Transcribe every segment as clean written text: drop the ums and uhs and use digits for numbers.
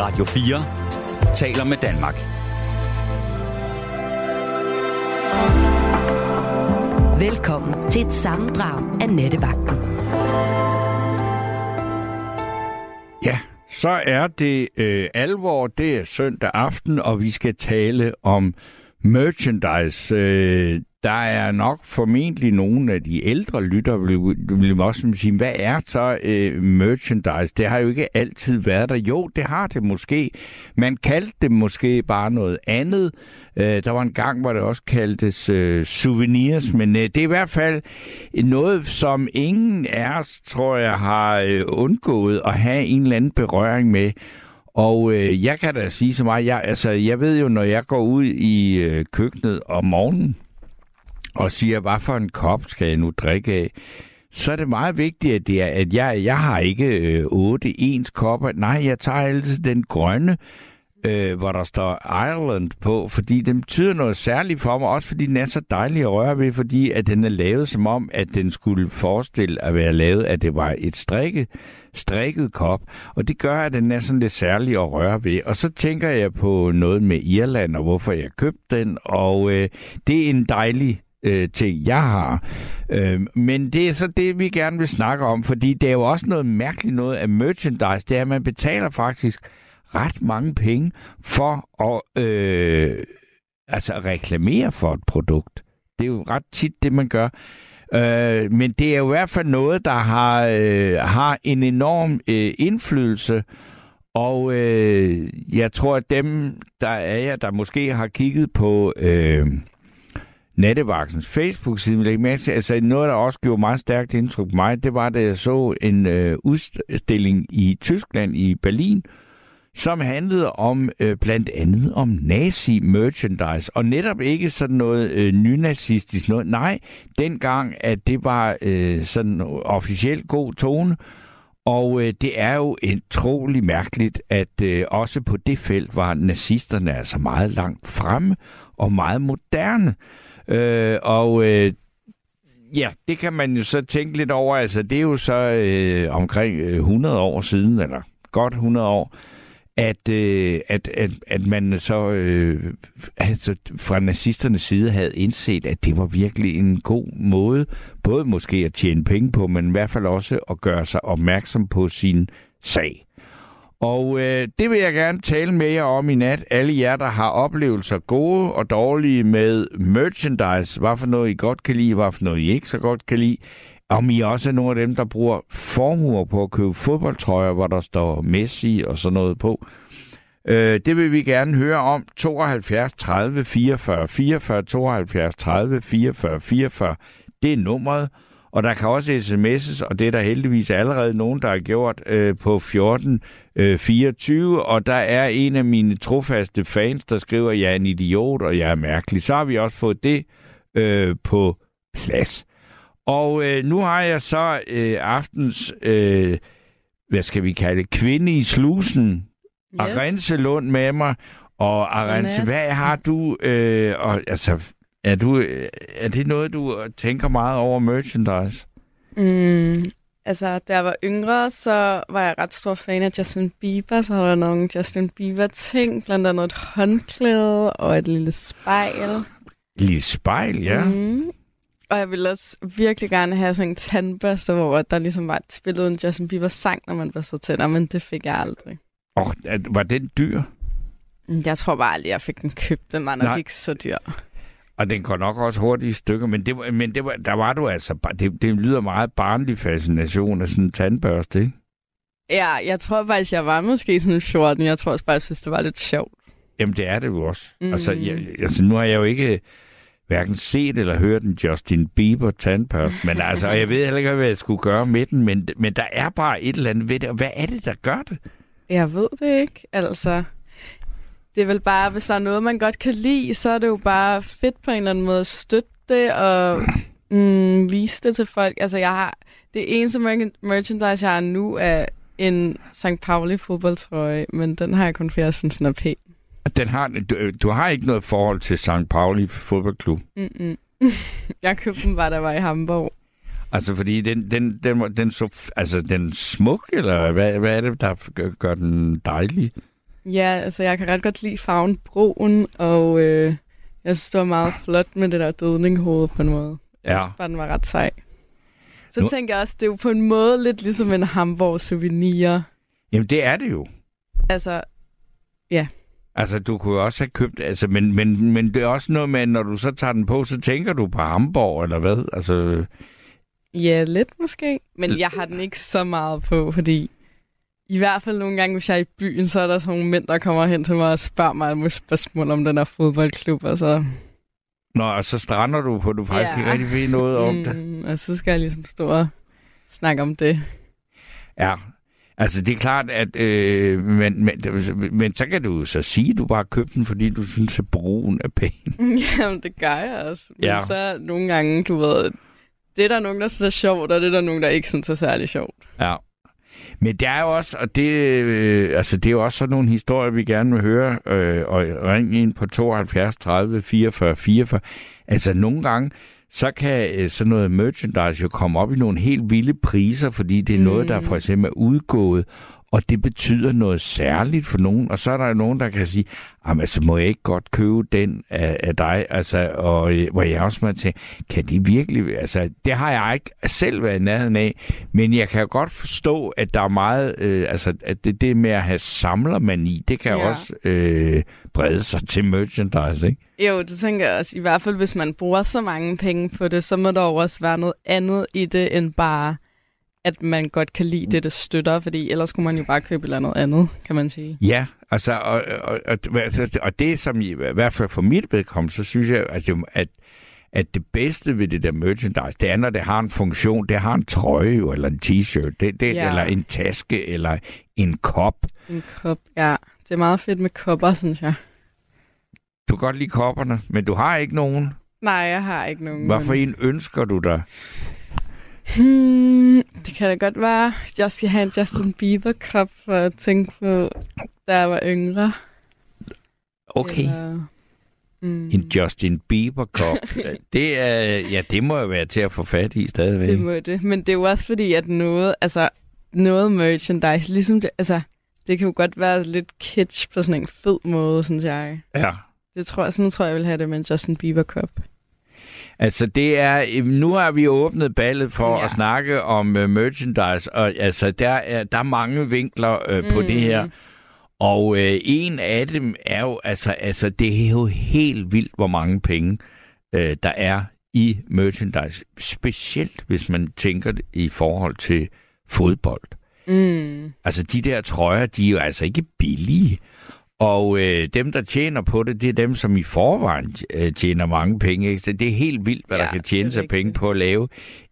Radio 4 taler med Danmark. Velkommen til et sammendrag af Nattevagten. Ja, så er det alvor. Det er søndag aften, og vi skal tale om merchandise. Der er nok formentlig nogle af de ældre lyttere, vil også sige, hvad er så merchandise? Det har jo ikke altid været der. Jo, det har det måske. Man kaldte det måske bare noget andet. Der var en gang, hvor det også kaldtes souvenirs, men det er i hvert fald noget, som ingen af os, tror jeg, har undgået at have en eller anden berøring med. Og jeg kan da sige så meget, jeg ved jo, når jeg går ud i køkkenet om morgenen, og siger, hvad for en kop skal jeg nu drikke af, så er det meget vigtigt, at jeg har ikke 8 ens kopper. Nej, jeg tager altid den grønne, hvor der står Ireland på, fordi den betyder noget særligt for mig, også fordi den er så dejlig at røre ved, fordi at den er lavet som om, at den skulle forestille at være lavet, at det var et strikket kop, og det gør, at den er sådan lidt særlig at røre ved. Og så tænker jeg på noget med Irland, og hvorfor jeg købte den, og det er en dejlig ting, jeg har. Men det er så det, vi gerne vil snakke om, fordi det er jo også noget mærkeligt noget af merchandise, det er, at man betaler faktisk ret mange penge for at reklamere for et produkt. Det er jo ret tit det, man gør. Men det er jo i hvert fald noget, der har en enorm indflydelse, og jeg tror, at dem, der måske har kigget på Nattevagtens Facebook-side, altså noget, der også gjorde meget stærkt indtryk på mig, det var, da jeg så en udstilling i Tyskland, i Berlin, som handlede om blandt andet om nazi-merchandise, og netop ikke sådan noget nynazistisk noget. Nej, dengang, at det var sådan officielt god tone, og det er jo utrolig mærkeligt, at også på det felt var nazisterne altså meget langt fremme og meget moderne. Ja, det kan man jo så tænke lidt over. Altså, det er jo så omkring 100 år siden, eller godt 100 år, at man så altså fra nazisternes side havde indset, at det var virkelig en god måde, både måske at tjene penge på, men i hvert fald også at gøre sig opmærksom på sin sag. Og det vil jeg gerne tale med jer om i nat. Alle jer, der har oplevelser gode og dårlige med merchandise, hvad for noget I godt kan lide, hvad for noget I ikke så godt kan lide. Om I også er nogle af dem, der bruger formuer på at købe fodboldtrøjer, hvor der står Messi og sådan noget på. Det vil vi gerne høre om. 72 30 44 44, 72 30 44 44. Det er nummeret. Og der kan også sms'es, og det er der heldigvis allerede nogen, der har gjort på 14 24. Og der er en af mine trofaste fans, der skriver, at jeg er en idiot, og jeg er mærkelig. Så har vi også fået det på plads. Og nu har jeg så aftens, hvad skal vi kalde det, kvinde i slusen, yes. Arantxe Lund med mig. Og Arantxe, hvad har du, er det noget, du tænker meget over merchandise? Altså, da jeg var yngre, så var jeg ret stor fan af Justin Bieber, så havde jeg nogle Justin Bieber-ting, blandt andet et håndklæde og et lille spejl. Et lille spejl, ja. Og jeg ville også virkelig gerne have sådan en tandbørste, hvor der ligesom var spillet en Justin Bieber-sang, når man børstede tænder, men det fik jeg aldrig. Var den dyr? Jeg tror bare aldrig, jeg fik den købt. Den var nok ikke så dyr. Og den går nok også hurtigt i stykker, men der var du altså... Det lyder meget barnlig fascination af sådan en tandbørste, ikke? Ja, jeg tror faktisk, jeg var måske sådan 14. Jeg tror også bare, jeg synes, det var lidt sjovt. Jamen, det er det jo også. Altså, nu har jeg jo ikke hverken set eller hørt en Justin Bieber tandbørste, men altså, jeg ved heller ikke, hvad jeg skulle gøre med den, men der er bare et eller andet ved det, og hvad er det, der gør det? Jeg ved det ikke, altså... Det er vel bare, hvis der er noget, man godt kan lide, så er det jo bare fedt på en eller anden måde at støtte det og vise det til folk. Altså, det eneste merchandise, jeg har nu, er en St. Pauli fodboldtrøje, men den har jeg kun, for jeg synes, den er pæn. Du har ikke noget forhold til St. Pauli fodboldklub? Jeg købte den bare, der var i Hamburg. Altså, fordi den smuk, eller hvad er det, der gør den dejlig? Ja, altså jeg kan ret godt lide farven brun, og jeg synes, det var meget flot med det der dødninghoved på en måde. Jeg synes bare, den var ret sej. Så tænker jeg også, det er jo på en måde lidt ligesom en Hamburg-souvenir. Jamen, det er det jo. Altså, ja. Altså, du kunne jo også have købt... Altså, men det er også noget med, når du så tager den på, så tænker du på Hamburg, eller hvad? Altså... Ja, lidt måske. Men jeg har den ikke så meget på, fordi... I hvert fald nogle gange, hvis jeg er i byen, så er der sådan nogle mænd, der kommer hen til mig og spørger mig et spørgsmål om den her fodboldklub, og så... Nå, og så strander du på, du faktisk ikke rigtig ved noget om det. Og så skal jeg ligesom stå og snakke om det. Ja, altså det er klart, at... men så kan du så sige, at du bare har købt den, fordi du synes, at brugen er pæn. Jamen, det gør jeg også. Men så nogle gange, du ved... Det er der nogen, der synes er sjovt, og det er der nogen, der ikke synes er særlig sjovt. Ja. Men det er jo også, og det er jo også sådan nogle historier, vi gerne vil høre, og ringe ind på 72 30 44 44. Altså nogle gange, så kan sådan noget merchandise jo komme op i nogle helt vilde priser, fordi det er noget, der for eksempel er udgået, og det betyder noget særligt for nogen. Og så er der jo nogen, der kan sige, altså må jeg ikke godt købe den af dig? Altså, og hvor jeg også må tænke, kan de virkelig... Altså, det har jeg ikke selv været i nærheden af, men jeg kan jo godt forstå, at der er meget... at det med at have samlermani, det kan også brede sig til merchandise, ikke? Jo, det tænker jeg også. I hvert fald, hvis man bruger så mange penge på det, så må der jo også være noget andet i det, end bare... at man godt kan lide det støtter, fordi ellers kunne man jo bare købe et eller andet, kan man sige. Ja, altså, og det som i hvert fald for mit vedkommende, så synes jeg, at det bedste ved det der merchandise, det er, når det har en funktion, det har en trøje eller en t-shirt, eller en taske, eller en kop. En kop, ja. Det er meget fedt med kopper, synes jeg. Du kan godt lide kopperne, men du har ikke nogen? Nej, jeg har ikke nogen. Hvorfor en ønsker du dig? Det kan da godt være, jeg skal have en Justin Bieber-kop for at tænke på, da jeg var yngre. Okay. Eller, en Justin Bieber-kop. det må jo være til at få fat i stadigvæk. Det må det, men det er jo også fordi, at noget merchandise, ligesom det, altså, det kan jo godt være lidt kitsch på sådan en fed måde, synes jeg. Ja. Sådan tror jeg vil have det med en Justin Bieber-kop. Altså, nu har vi åbnet ballet for at snakke om merchandise, og altså, der er mange vinkler på det her. Og en af dem er jo, altså, det er jo helt vildt, hvor mange penge der er i merchandise. Specielt, hvis man tænker det i forhold til fodbold. Altså, de der trøjer, de er jo altså ikke billige. Og dem, der tjener på det, det er dem, som i forvejen tjener mange penge. Ikke? Så det er helt vildt, hvad der kan tjene sig penge på at lave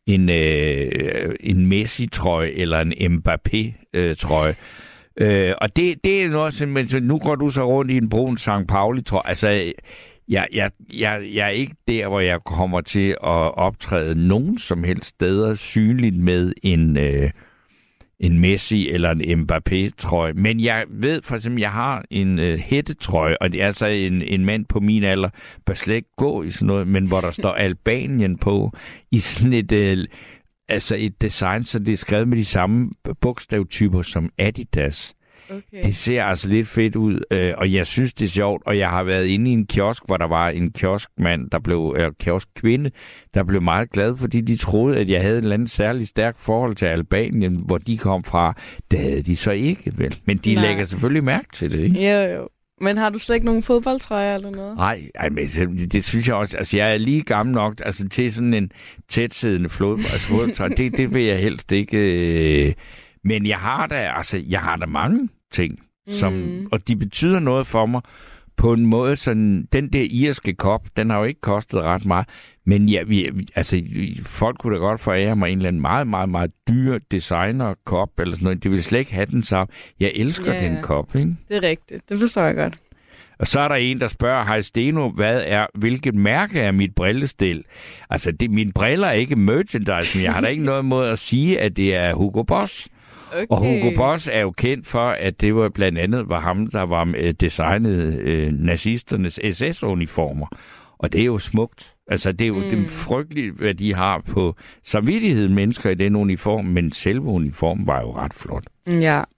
en Messi-trøje eller en Mbappé-trøje. Og det er noget, simpelthen, nu går du så rundt i en brun St. Pauli-trøje. Altså, jeg er ikke der, hvor jeg kommer til at optræde nogen som helst steder synligt med en Messi eller en Mbappé-trøje. Men jeg ved for eksempel, jeg har en hættetrøje, og det er altså en mand på min alder, bør slet ikke gå i sådan noget, men hvor der står Albanien på, i sådan et design, så det er skrevet med de samme bogstavtyper som Adidas. Okay. Det ser altså lidt fedt ud, og jeg synes, det er sjovt, og jeg har været inde i en kiosk, hvor der var en kioskmand, kioskkvinde, der blev meget glad, fordi de troede, at jeg havde en eller anden særlig stærk forhold til Albanien, hvor de kom fra. Det havde de så ikke, vel? Men de lægger selvfølgelig mærke til det, ikke? Jo. Men har du slet ikke nogen fodboldtrøjer eller noget? Nej, men det synes jeg også. Altså, jeg er lige gammel nok til sådan en tætsiddende fodboldtrøje. Det vil jeg helst ikke... Men jeg har da mange ting, og de betyder noget for mig på en måde, sådan den der irske kop, den har jo ikke kostet ret meget, men folk kunne da godt forære mig en eller anden meget, meget, meget dyr designer-kop, eller sådan noget. De vil slet ikke have den samme. Jeg elsker den kop, ikke? Det er rigtigt. Det forstår jeg godt. Og så er der en, der spørger, hej Steno, hvilket mærke er mit brillestil? Altså, mine briller er ikke merchandise, men jeg har da ikke noget mod at sige, at det er Hugo Boss. Okay. Og Hugo Boss er jo kendt for, at det var blandt andet ham, der var designet nazisternes SS-uniformer. Og det er jo smukt. Altså, det er jo det frygtelige, hvad de har på samvittigheden mennesker i den uniform, men selve uniformen var jo ret flot. Ja.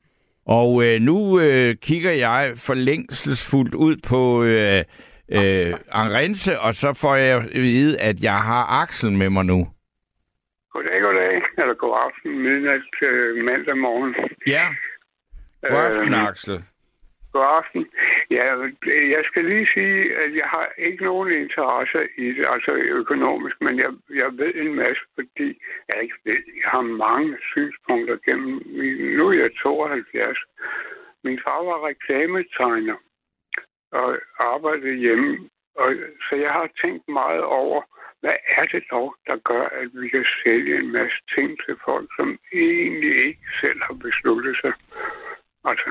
Og nu kigger jeg forlængselsfuldt ud på Arense, og så får jeg at vide, at jeg har Axel med mig nu. Goddag. Eller god aften, midnat mandag morgen. Ja. God aften, Axel. God aften. Ja, jeg skal lige sige, at jeg har ikke nogen interesse i det, altså økonomisk, men jeg ved en masse, fordi jeg ikke ved. Jeg har mange synspunkter gennem. Nu er jeg 72. Min far var reklametegner og arbejdede hjemme, og så jeg har tænkt meget over, hvad er det dog, der gør, at vi kan sælge en masse ting til folk, som egentlig ikke selv har besluttet sig. Altså,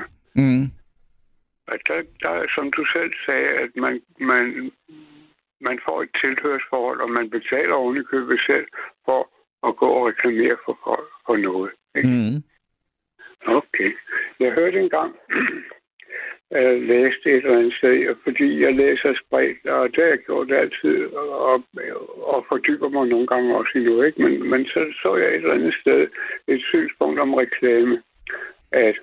der, som du selv sagde, at man får et tilhørsforhold, og man betaler ovenikøbet selv for at gå og reklamere for folk for noget. Ikke? Okay. Jeg hørte engang, jeg læste et eller andet sted, fordi jeg læser spredt, og det har jeg gjort altid, og fordyber mig nogle gange også i noget, ikke? Men så jeg et eller andet sted et synspunkt om reklame, at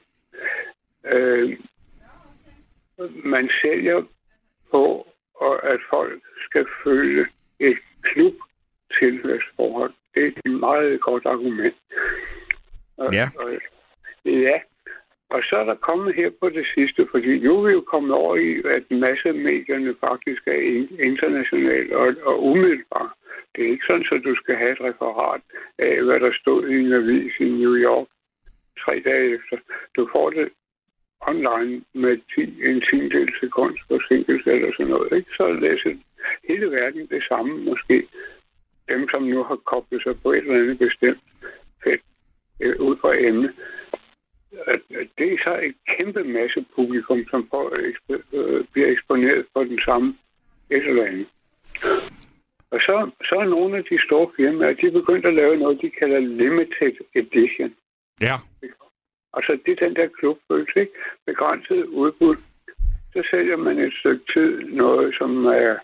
man sælger på, at folk skal føle et klubtilhørsforhold. Det er et meget godt argument. Ja. Ja. Og så er der kommet her på det sidste, fordi nu er vi jo kommet over i, at massemedierne faktisk er internationale og umiddelbare. Det er ikke sådan, at du skal have et referat af, hvad der stod i en avis i New York 3 dage efter. Du får det online med en tiendedel sekunds forsinkelse eller sådan noget. Ikke? Så læser hele verden det samme måske. Dem, som nu har koblet sig på et eller andet bestemt felt ud fra emne. Det er så et kæmpe masse publikum, som bliver eksponeret på den samme et eller andet. Og så er nogle af de store firmaer, de er begyndt at lave noget, de kalder limited edition. Ja. Altså det er den der klubfølelse, ikke? Begrænset udbud. Så sælger man et stykke tid noget, som er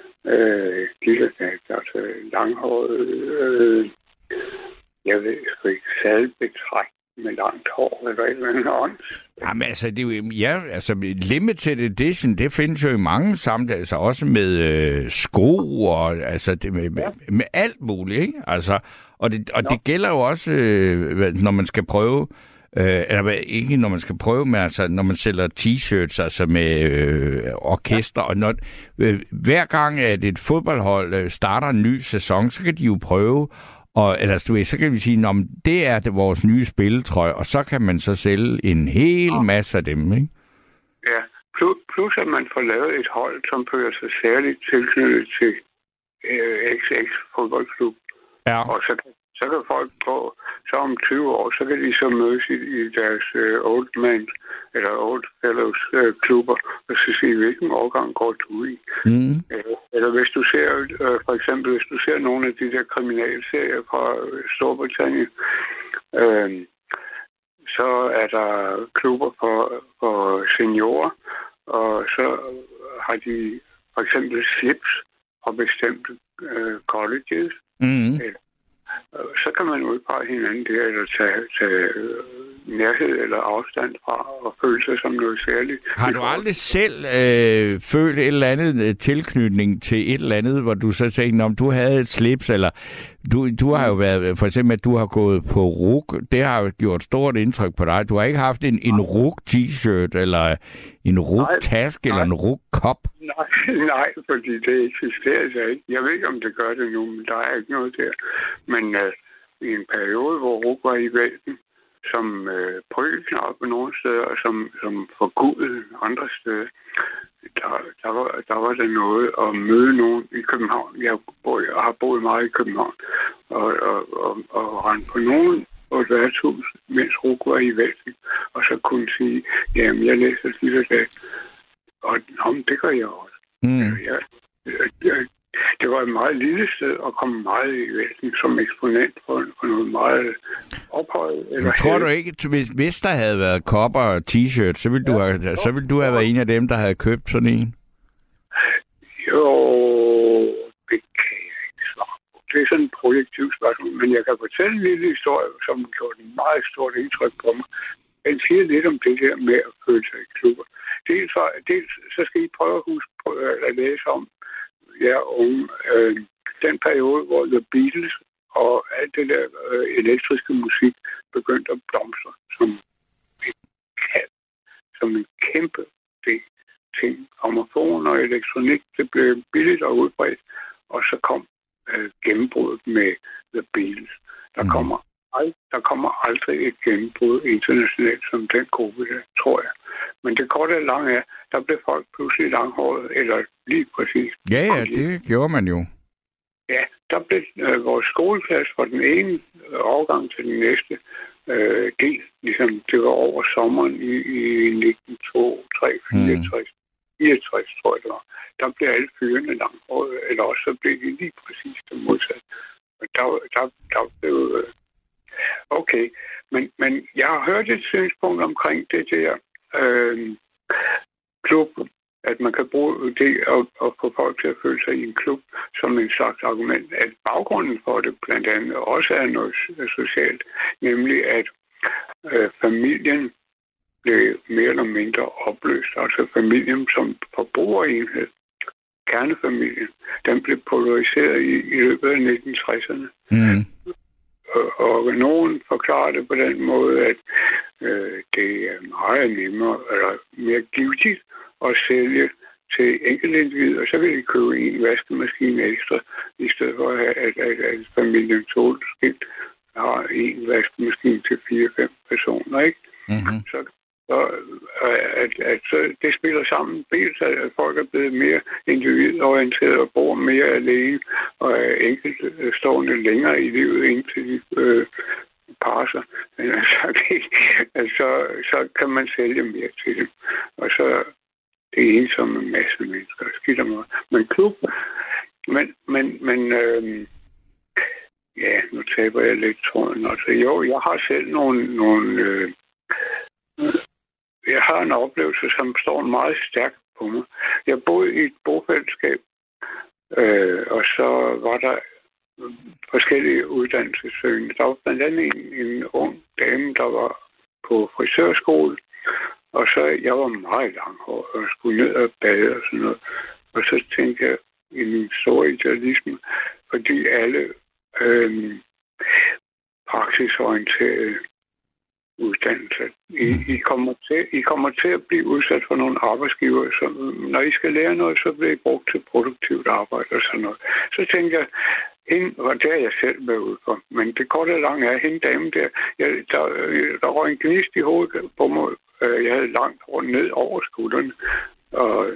altså langhåret, jeg ved ikke, salbetræk med langt hår eller et eller andet ånd. Jamen altså, det er jo, limited edition, det findes jo i mange sammenhænge, altså også med sko og altså det med alt muligt, ikke? Altså, og det gælder jo også, når man skal prøve, eller ikke når man skal prøve, men altså når man sælger t-shirts, altså med orkester, og hver gang at et fodboldhold starter en ny sæson, så kan de jo prøve. Så kan vi sige, at det er vores nye spilletrøje, og så kan man så sælge en hel masse af dem, ikke? Ja, plus at man får lavet et hold, som føler sig særligt tilknyttet til XX fodboldklub. Ja. Og så kan folk gå, så om 20 år, så kan de så mødes i deres old man eller old fellows klubber, og så sige, hvilken årgang går du i? Eller hvis du ser, for eksempel, hvis du ser nogle af de der kriminalserier fra Storbritannien, så er der klubber for seniorer, og så har de for eksempel slips fra bestemte colleges. Så kan man udpege hinanden der, eller tage nærhed eller afstand fra, og føle sig som noget særligt. Har du aldrig selv følt et eller andet tilknytning til et eller andet, hvor du så tænkte, om du havde et slips, eller du har jo været, for eksempel, at du har gået på RUK, det har jo gjort stort indtryk på dig. Du har ikke haft en RUK t-shirt, eller en RUK-taske, eller en RUK-kop? Nej, fordi det eksisterer så ikke. Jeg ved ikke, om det gør det nu, men der er ikke noget der. Men i en periode, hvor RUK var i vælten, som prøvelknap på nogle steder, og som forgudede andre steder, der var der noget at møde nogen i København. Jeg har boet meget i København, og rende på nogen på et værtshus, mens RUK var i vælten, og så kunne sige, jamen, jeg læser lige det, og det gør jeg også. Det var et meget lille sted og kom meget i vælten som eksponent for noget meget ophøjet. Men tror du ikke, hvis der havde været kopper og t-shirts, så ville du have været en af dem, der havde købt sådan en? Jo, det kan jeg ikke svare på. Det er sådan et projektivt spørgsmål, men jeg kan fortælle en lille historie, som gjorde et meget stort indtryk på mig. Den siger lidt om det der med at føle sig i klubber. Dels så skal I prøve at huske på, at læse om unge, den periode, hvor The Beatles og alt det der elektriske musik begyndte at blomstre som en kæmpe ting. Gramofon og elektronik, det blev billigt og udbredt, og så kom gennembruddet med The Beatles. Der kommer aldrig et gennembrud internationalt som den gruppe der, tror jeg. Men det korte og lange er, der blev folk pludselig langhåret, eller lige præcis. Ja, det gjorde man jo. Ja, der blev vores skoleklasse fra den ene overgang til den næste del. Ligesom det var over sommeren i 1964, 64, tror jeg det var. Der blev alle fyrene langhåret, eller også så blev de lige præcis det modsatte. Der blev... Okay, men jeg har hørt et synspunkt omkring det der klub, at man kan bruge det og få folk til at føle sig i en klub som en slags argument, at baggrunden for det blandt andet også er noget socialt, nemlig at familien blev mere eller mindre opløst. Altså familien som forbrugerenhed, kernefamilien, den blev polariseret i løbet af 1960'erne. Mm. Og nogen forklarer det på den måde, at det er meget nemmere eller mere givtigt at sælge til enkeltindivider, og så vil de købe en vaskemaskine ekstra, i stedet for at familien tålskilt har en vaskemaskine til 4-5 personer, ikke? Mm-hmm. Så det spiller sammen. Dels at folk er blevet mere individorienteret og bor mere alene og er enkeltstående længere i livet, indtil de parer sig. Så kan man sælge mere til dem. Og så det er ensomme masse mennesker, skidt om noget. Men klub, nu taber jeg lidt tråden. Altså, jo, jeg har selv nogle jeg har en oplevelse, som står meget stærkt på mig. Jeg boede i et bofællesskab, og så var der forskellige uddannelsessøgende. Der var blandt andet en ung dame, der var på frisørskole, og så jeg var meget langhåret og skulle ned og bade og sådan noget. Og så tænkte jeg i min store idealisme, fordi alle praksisorienterede uddannelse. I kommer til at blive udsat for nogle arbejdsgiver, som når I skal lære noget, så bliver I brugt til produktivt arbejde og sådan noget. Så tænkte jeg, og det er jeg selv været ude for, men det korte og lange er, hende dame der, der var en gnist i hovedet på mig. Jeg havde langt rundt ned over skulderen, og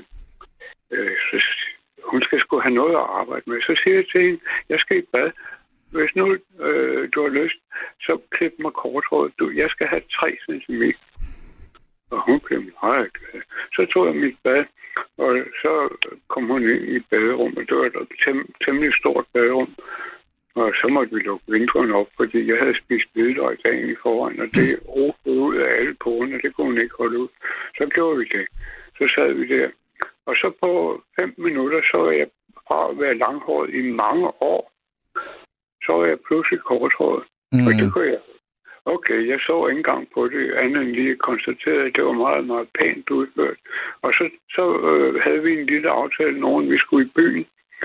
hun skal sgu have noget at arbejde med. Så siger jeg til hende, jeg skal i bad. Hvis nu du har lyst, så klip mig korthåret. Jeg skal have 3 cm. Og hun blev meget glad. Så tog jeg mit bad, og så kom hun ind i baderummet. Det var et temmelig stort baderum. Og så måtte vi lukke vinduerne op, fordi jeg havde spist hvidløg dagen i forvejen, og det rufede ud af alle porerne. Det kunne hun ikke holde ud. Så gjorde vi det. Så sad vi der. Og så på 5 minutter, så var jeg fra at være langhåret i mange år. Så var jeg pludselig korthåret. Og det kunne jeg. Okay, jeg så ikke engang på det, andet end lige konstateret, at det var meget, meget pænt udført. Og så havde vi en lille aftale, nogen vi skulle i byen.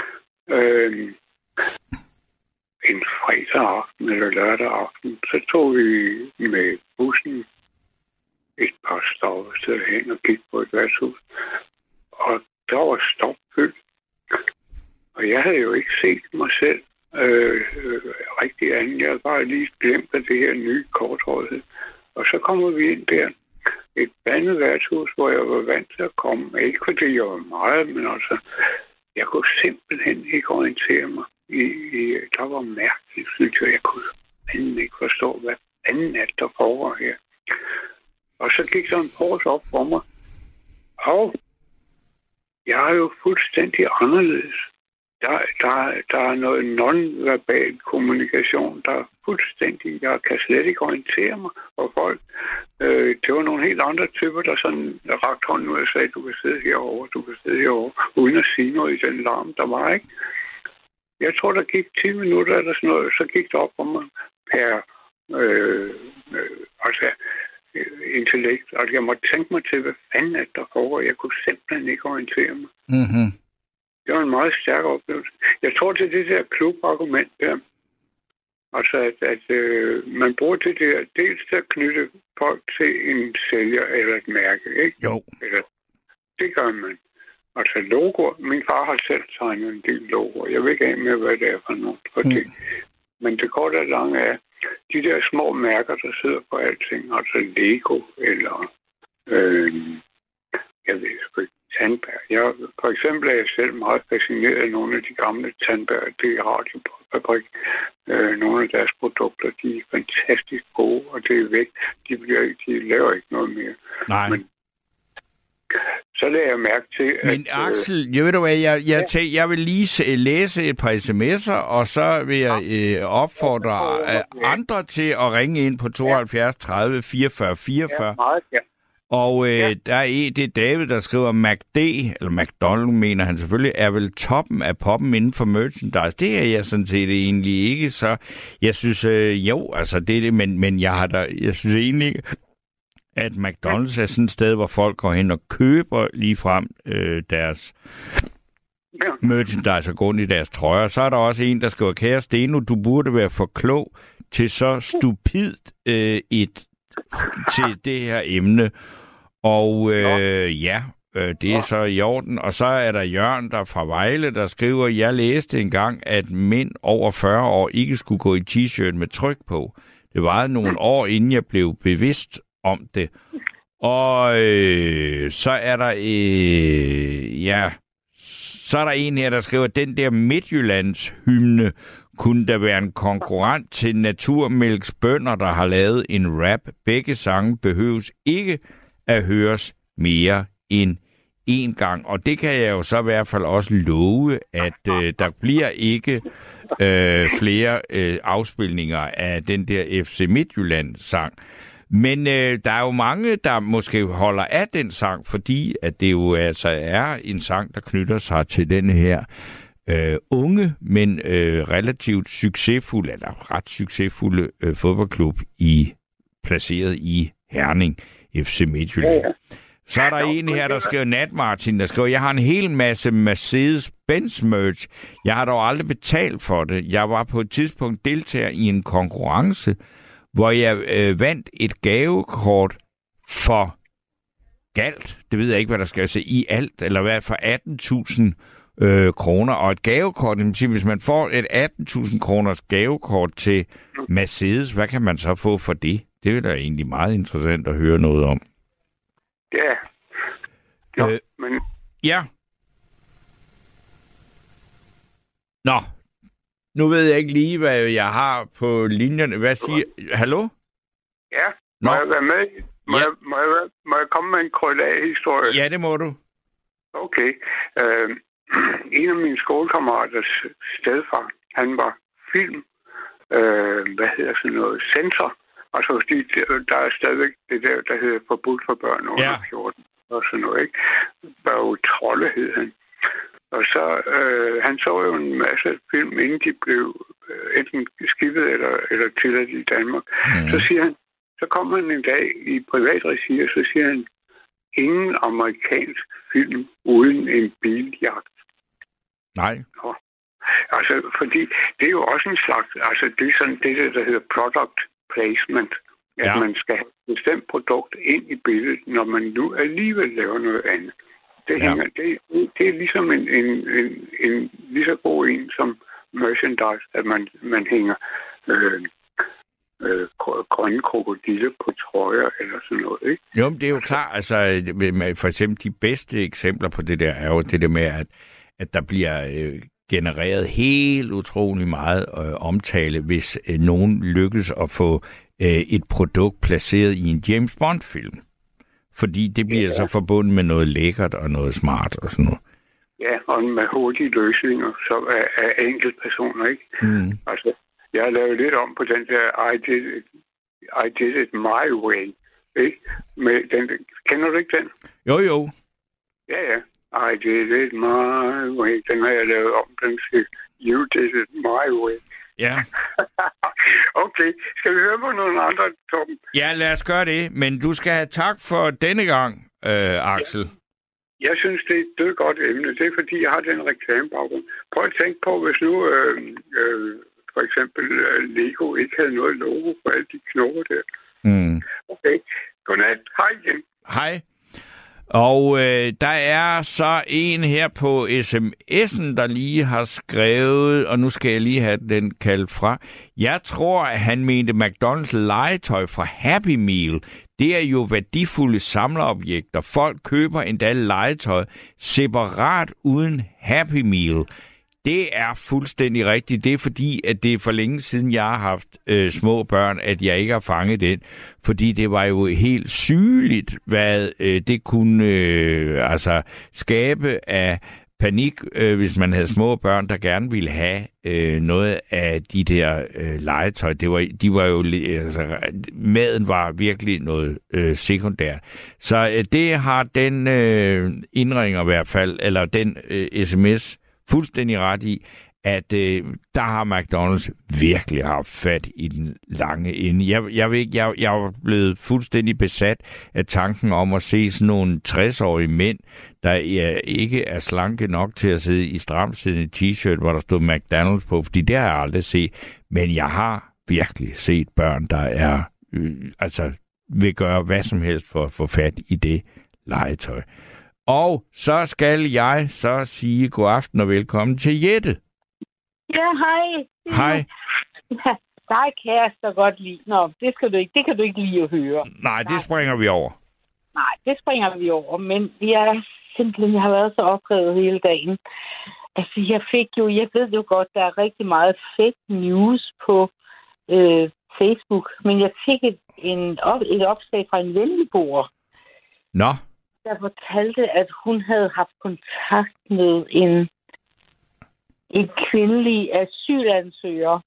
En fredag aften eller lørdag aften, så tog vi med bussen et par stoppesteder hen og gik på et værtshus. Og der var stopfyldt. Og jeg havde jo ikke set mig selv rigtig andet. Jeg havde bare lige glemt af det her nye korthårighed. Og så kommer vi ind der. Et bandet værtshus, hvor jeg var vant til at komme. Ikke fordi jeg var meget, men altså, jeg kunne simpelthen ikke orientere mig. Der var mærkeligt, synes jeg. Jeg kunne ikke forstå, hvad fanden er der foregår her. Og så gik der en pause op for mig. Og jeg er jo fuldstændig anderledes. Der er noget non-verbal kommunikation, der er fuldstændig... Jeg kan slet ikke orientere mig for folk. Det var nogle helt andre typer, der sådan rakte hånden ud og sagde, du kan sidde herovre, uden at sige noget i den larm, der var, ikke? Jeg tror, der gik 10 minutter eller sådan noget, så gik det op for mig per... intellekt. Altså, jeg måtte tænke mig til, hvad fanden at der foregår. Jeg kunne simpelthen ikke orientere mig. Mm-hmm. Det var en meget stærk oplevelse. Jeg tror til det der klubargument der, altså at man bruger det der dels til at knytte folk til en sælger eller et mærke, ikke? Jo. Eller, det gør man. Altså logoer. Min far har selv tegnet en del logoer. Jeg vil ikke af med, hvad det er for noget. Det. Men det korte og lange er, de der små mærker, der sidder på alting, altså Lego eller jeg ved sgu ikke, Tandberg. For eksempel er jeg selv meget fascineret af nogle af de gamle Tandberg. Det er Radiofabrik. Nogle af deres produkter, de er fantastisk gode, og det er væk. De laver ikke noget mere. Nej. Men så lader jeg mærke til, Men Axel, jeg ved du hvad, jeg vil lige læse et par sms'er, og så vil jeg opfordre andre til at ringe ind på 72 30 44 44. Ja, meget, ja. Og der er det er David, der skriver, McD, eller McDonald mener han selvfølgelig, er vel toppen af poppen inden for merchandise. Det er jeg sådan set egentlig ikke, så jeg synes, jo, altså det er det, men jeg synes egentlig ikke, at McDonald's er sådan et sted, hvor folk går hen og køber ligefrem deres merchandise og går ind i deres trøjer. Så er der også en, der skriver, kære Steno, du burde være for klog til så stupidt til det her emne. Og det er så i orden. Og så er der Jørgen, der fra Vejle, der skriver, jeg læste engang, at mænd over 40 år ikke skulle gå i t-shirt med tryk på. Det varede nogle år, inden jeg blev bevidst om det. Og så er der så er der en her, der skriver, den der Midtjyllands hymne kunne der være en konkurrent til Naturmælks bønder, der har lavet en rap. Begge sange behøves ikke at høres mere end én gang. Og det kan jeg jo så i hvert fald også love, at der bliver ikke flere afspilninger af den der FC Midtjylland-sang. Men der er jo mange, der måske holder af den sang, fordi at det jo altså er en sang, der knytter sig til den her unge, men relativt succesfulde, eller ret succesfulde fodboldklub placeret i Herning, FC Midtjylland. Ja. Så er der en her, der skriver, Nat Martin, der skriver, jeg har en hel masse Mercedes-Benz merch. Jeg har dog aldrig betalt for det. Jeg var på et tidspunkt deltager i en konkurrence, hvor jeg vandt et gavekort for galt. Det ved jeg ikke, hvad der skal sige, i alt, eller hvad for 18.000 kroner. Og et gavekort, hvis man får et 18.000 kroners gavekort til Mercedes, hvad kan man så få for det? Det er da egentlig meget interessant at høre noget om. Ja. Jo, men... Ja. Nå. Nu ved jeg ikke lige, hvad jeg har på linjen. Hvad siger... Hallo? Ja. Må jeg være med? Må jeg komme med en krølle-historie? Ja, det må du. Okay. En af mine skolekammeraters stedfar, han var film, censor. Altså, fordi der er stadigvæk det der hedder forbudt for børn under 14 og sådan noget, ikke? Børge Trolle hed han. Og så, han så jo en masse film, inden de blev enten skibet eller tilladt i Danmark. Mm. Så kom han en dag i privat regi, og så siger han, ingen amerikansk film uden en biljagt. Nej. Nå. Altså, fordi det er jo også en slags, altså det er sådan det, der hedder product placement. At man skal have et bestemt produkt ind i billedet, når man nu alligevel laver noget andet. Det er ligesom en lige så god en som merchandise, at man hænger grønne krokodiller på trøjer eller sådan noget, ikke? Jo, men det er jo klart, altså for eksempel de bedste eksempler på det der er jo det der med, at der bliver genereret helt utrolig meget omtale, hvis nogen lykkes at få et produkt placeret i en James Bond-film. Fordi det bliver så forbundet med noget lækkert og noget smart og sådan noget. Ja, og med hurtige løsninger så af enkeltpersoner, ikke? Mm. Altså, jeg har lavet lidt om på den der I did it my way, ikke? Med den, kender du ikke den? Jo. Ja. I did it my way. Den har jeg lavet om, den siger, you did it my way. Ja. Okay, skal vi høre på nogle andre, Torben? Ja, lad os gøre det, men du skal have tak for denne gang, Axel. Jeg synes, det er et dødgodt emne. Det er, fordi jeg har den reklamebaggrund. Prøv at tænke på, hvis nu for eksempel Lego ikke havde noget logo for alle de knopper der. Mm. Okay, godnat. Hej igen. Hej. Og der er så en her på sms'en, der lige har skrevet, og nu skal jeg lige have den kaldt fra. Jeg tror, at han mente McDonald's legetøj fra Happy Meal. Det er jo værdifulde samlerobjekter. Folk køber endda legetøj separat uden Happy Meal. Det er fuldstændig rigtigt. Det er fordi, at det er for længe siden, jeg har haft små børn, at jeg ikke har fanget den. Fordi det var jo helt sygeligt, hvad det kunne skabe af panik, hvis man havde små børn, der gerne ville have noget af de der legetøj. Maden var virkelig noget sekundært. Så det har den indringer i hvert fald, eller den sms, fuldstændig ret i, at der har McDonald's virkelig haft fat i den lange ende. Jeg er blevet fuldstændig besat af tanken om at se sådan nogle 60-årige mænd, der ikke er slanke nok til at sidde i stramsiddende t-shirt, hvor der stod McDonald's på, fordi det har jeg aldrig set. Men jeg har virkelig set børn, der er vil gøre hvad som helst for at få fat i det legetøj. Og så skal jeg så sige god aften og velkommen til Jette. Ja, hej. Hej. Ja, dig kan jeg så godt lide. Nå, det kan du ikke lide at høre. Nej, det springer vi over. Nej, det springer vi over, men jeg har været så oprevet hele dagen. Altså, jeg ved jo godt, der er rigtig meget fake news på Facebook, men jeg fik et opslag fra en venligboer. Nå. Der fortalte, at hun havde haft kontakt med en kvindelig asylansøger,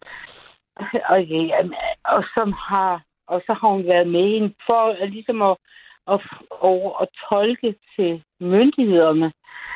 og så har hun været med hende for ligesom at tolke til myndighederne.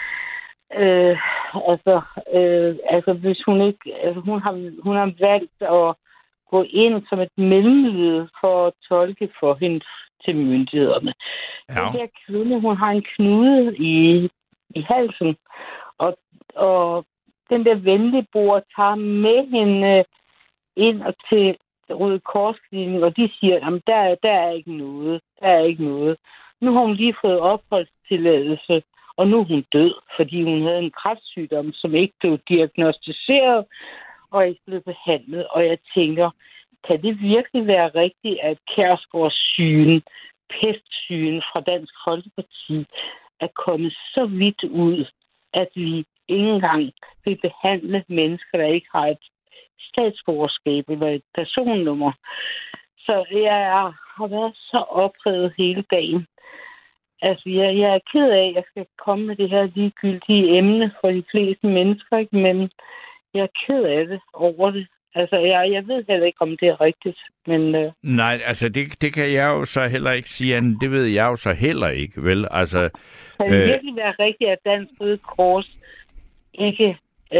Hvis hun ikke, hun har valgt at gå ind som et mellemled for at tolke for hende til myndighederne. Ja. Den der kvinde, hun har en knude i halsen, og den der venligboer tager med hende ind og til Røde Kors-klinikken, og de siger, at der er ikke noget. Der er ikke noget. Nu har hun lige fået opholdstilladelse, og nu er hun død, fordi hun havde en kræftsygdom, som ikke blev diagnosticeret og ikke blev behandlet. Og jeg tænker, kan det virkelig være rigtigt, at Kjærsgaard-sygen, pestsygen fra Dansk Folkeparti, er kommet så vidt ud, at vi ikke engang vil behandle mennesker, der ikke har et statsborgerskab eller et personnummer. Så jeg har været så oprevet hele dagen. Altså, jeg er ked af, at jeg skal komme med det her ligegyldige emne for de fleste mennesker, ikke? Men jeg er ked af det over det. Altså, jeg ved heller ikke, om det er rigtigt, men... Nej, altså, det kan jeg jo så heller ikke sige, Anne. Det ved jeg jo så heller ikke, vel? Altså... Kan det virkelig være rigtigt, at Dansk Røde Kors ikke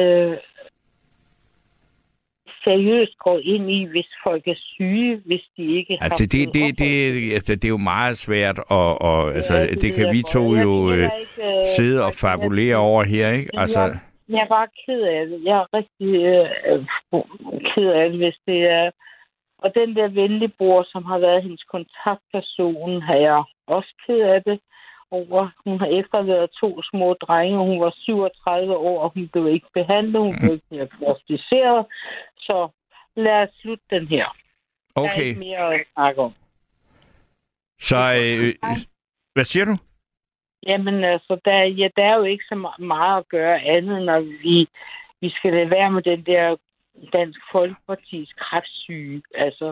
seriøst går ind i, hvis folk er syge, hvis de ikke har... Altså, det er jo meget svært, og det kan vi to jo sidde og fabulere over her, ikke? Altså... Jeg er bare ked af det. Jeg er rigtig ked af det, hvis det er... Og den der venligbror, som har været hendes kontaktperson, har jeg også ked af det over. Hun har efterladt 2 små drenge, og hun var 37 år, og hun blev ikke behandlet. Hun blev ikke diagnosticeret. Så lad os slutte den her. Okay. Der er ikke mere at snakke om. Så, hvad siger du? Jamen, altså, der er jo ikke så meget at gøre andet, når vi skal lade være med den der Dansk Folkepartis kræftsyge. Altså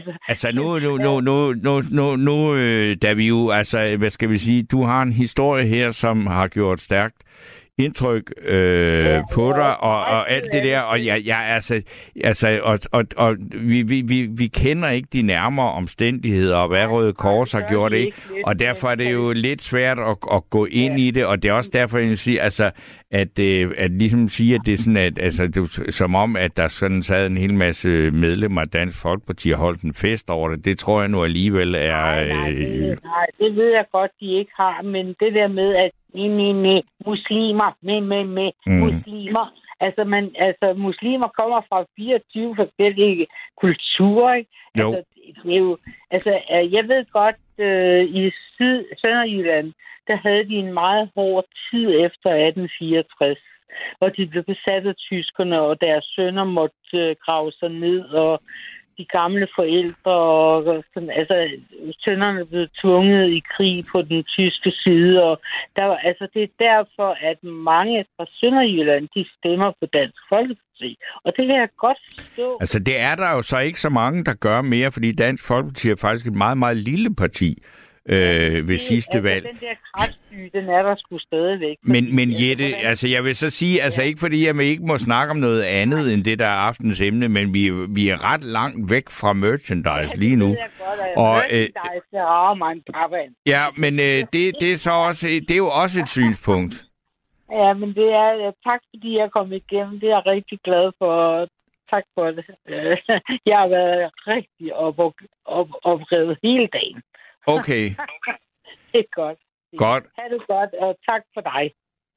nu, da vi jo, altså, hvad skal vi sige, du har en historie her, som har gjort stærkt indtryk på dig, og alt det der, og vi kender ikke de nærmere omstændigheder, og hvad Røde Kors har gjort, ikke? Og derfor er det jo lidt svært at gå ind i det, og det er også derfor, jeg siger, altså, at ligesom sige, at det er sådan, at altså, det, som om, at der sådan sad en hel masse medlemmer af Dansk Folkeparti og holdt en fest over det tror jeg nu alligevel er... Nej, det ved jeg godt, de ikke har, men det der med, at muslimer, muslimer, altså muslimer kommer fra 24 forskellige kulturer, ikke? Jo. Altså, det er jo, jeg ved godt, i Sønderjylland, der havde de en meget hård tid efter 1864, hvor de blev besat af tyskerne, og deres sønner måtte grave sig ned, og de gamle forældre, og sådan, sønnerne blev tvunget i krig på den tyske side, og det er derfor, at mange fra Sønderjylland, de stemmer på Dansk Folkeparti, og det kan jeg godt forstå. Altså, det er der jo så ikke så mange, der gør mere, fordi Dansk Folkeparti er faktisk et meget, meget lille parti ved sidste valg. Den der kræftsyge, den er der sgu stadigvæk. Men Jette, altså jeg vil så sige, altså ikke fordi jeg ikke må snakke om noget andet end det, der er aftens emne, men vi er ret langt væk fra merchandise lige nu. Merchandise er mig en pappa. Ja, men det er så også, det er jo også et synspunkt. Ja, men det er, tak fordi jeg kom igennem, det er jeg rigtig glad for. Tak for det. Jeg har været rigtig oprevet hele dagen. Okay. Det er godt. Godt. Ha' det godt, og tak for dig.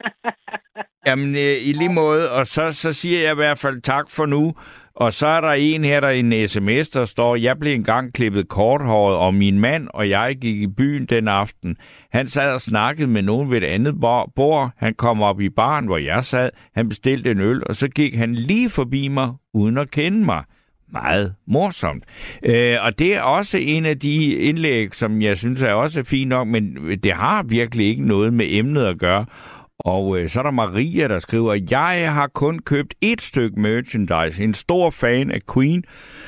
Jamen, i lige måde, og så siger jeg i hvert fald tak for nu. Og så er der en her, der er en sms, der står, jeg blev engang klippet korthåret, og min mand og jeg gik i byen den aften. Han sad og snakkede med nogen ved et andet bord. Han kom op i baren, hvor jeg sad. Han bestilte en øl, og så gik han lige forbi mig, uden at kende mig. Meget morsomt. Og det er også en af de indlæg, som jeg synes er også fint nok, men det har virkelig ikke noget med emnet at gøre. Og så er der Maria, der skriver, jeg har kun købt et stykke merchandise, en stor fan af Queen,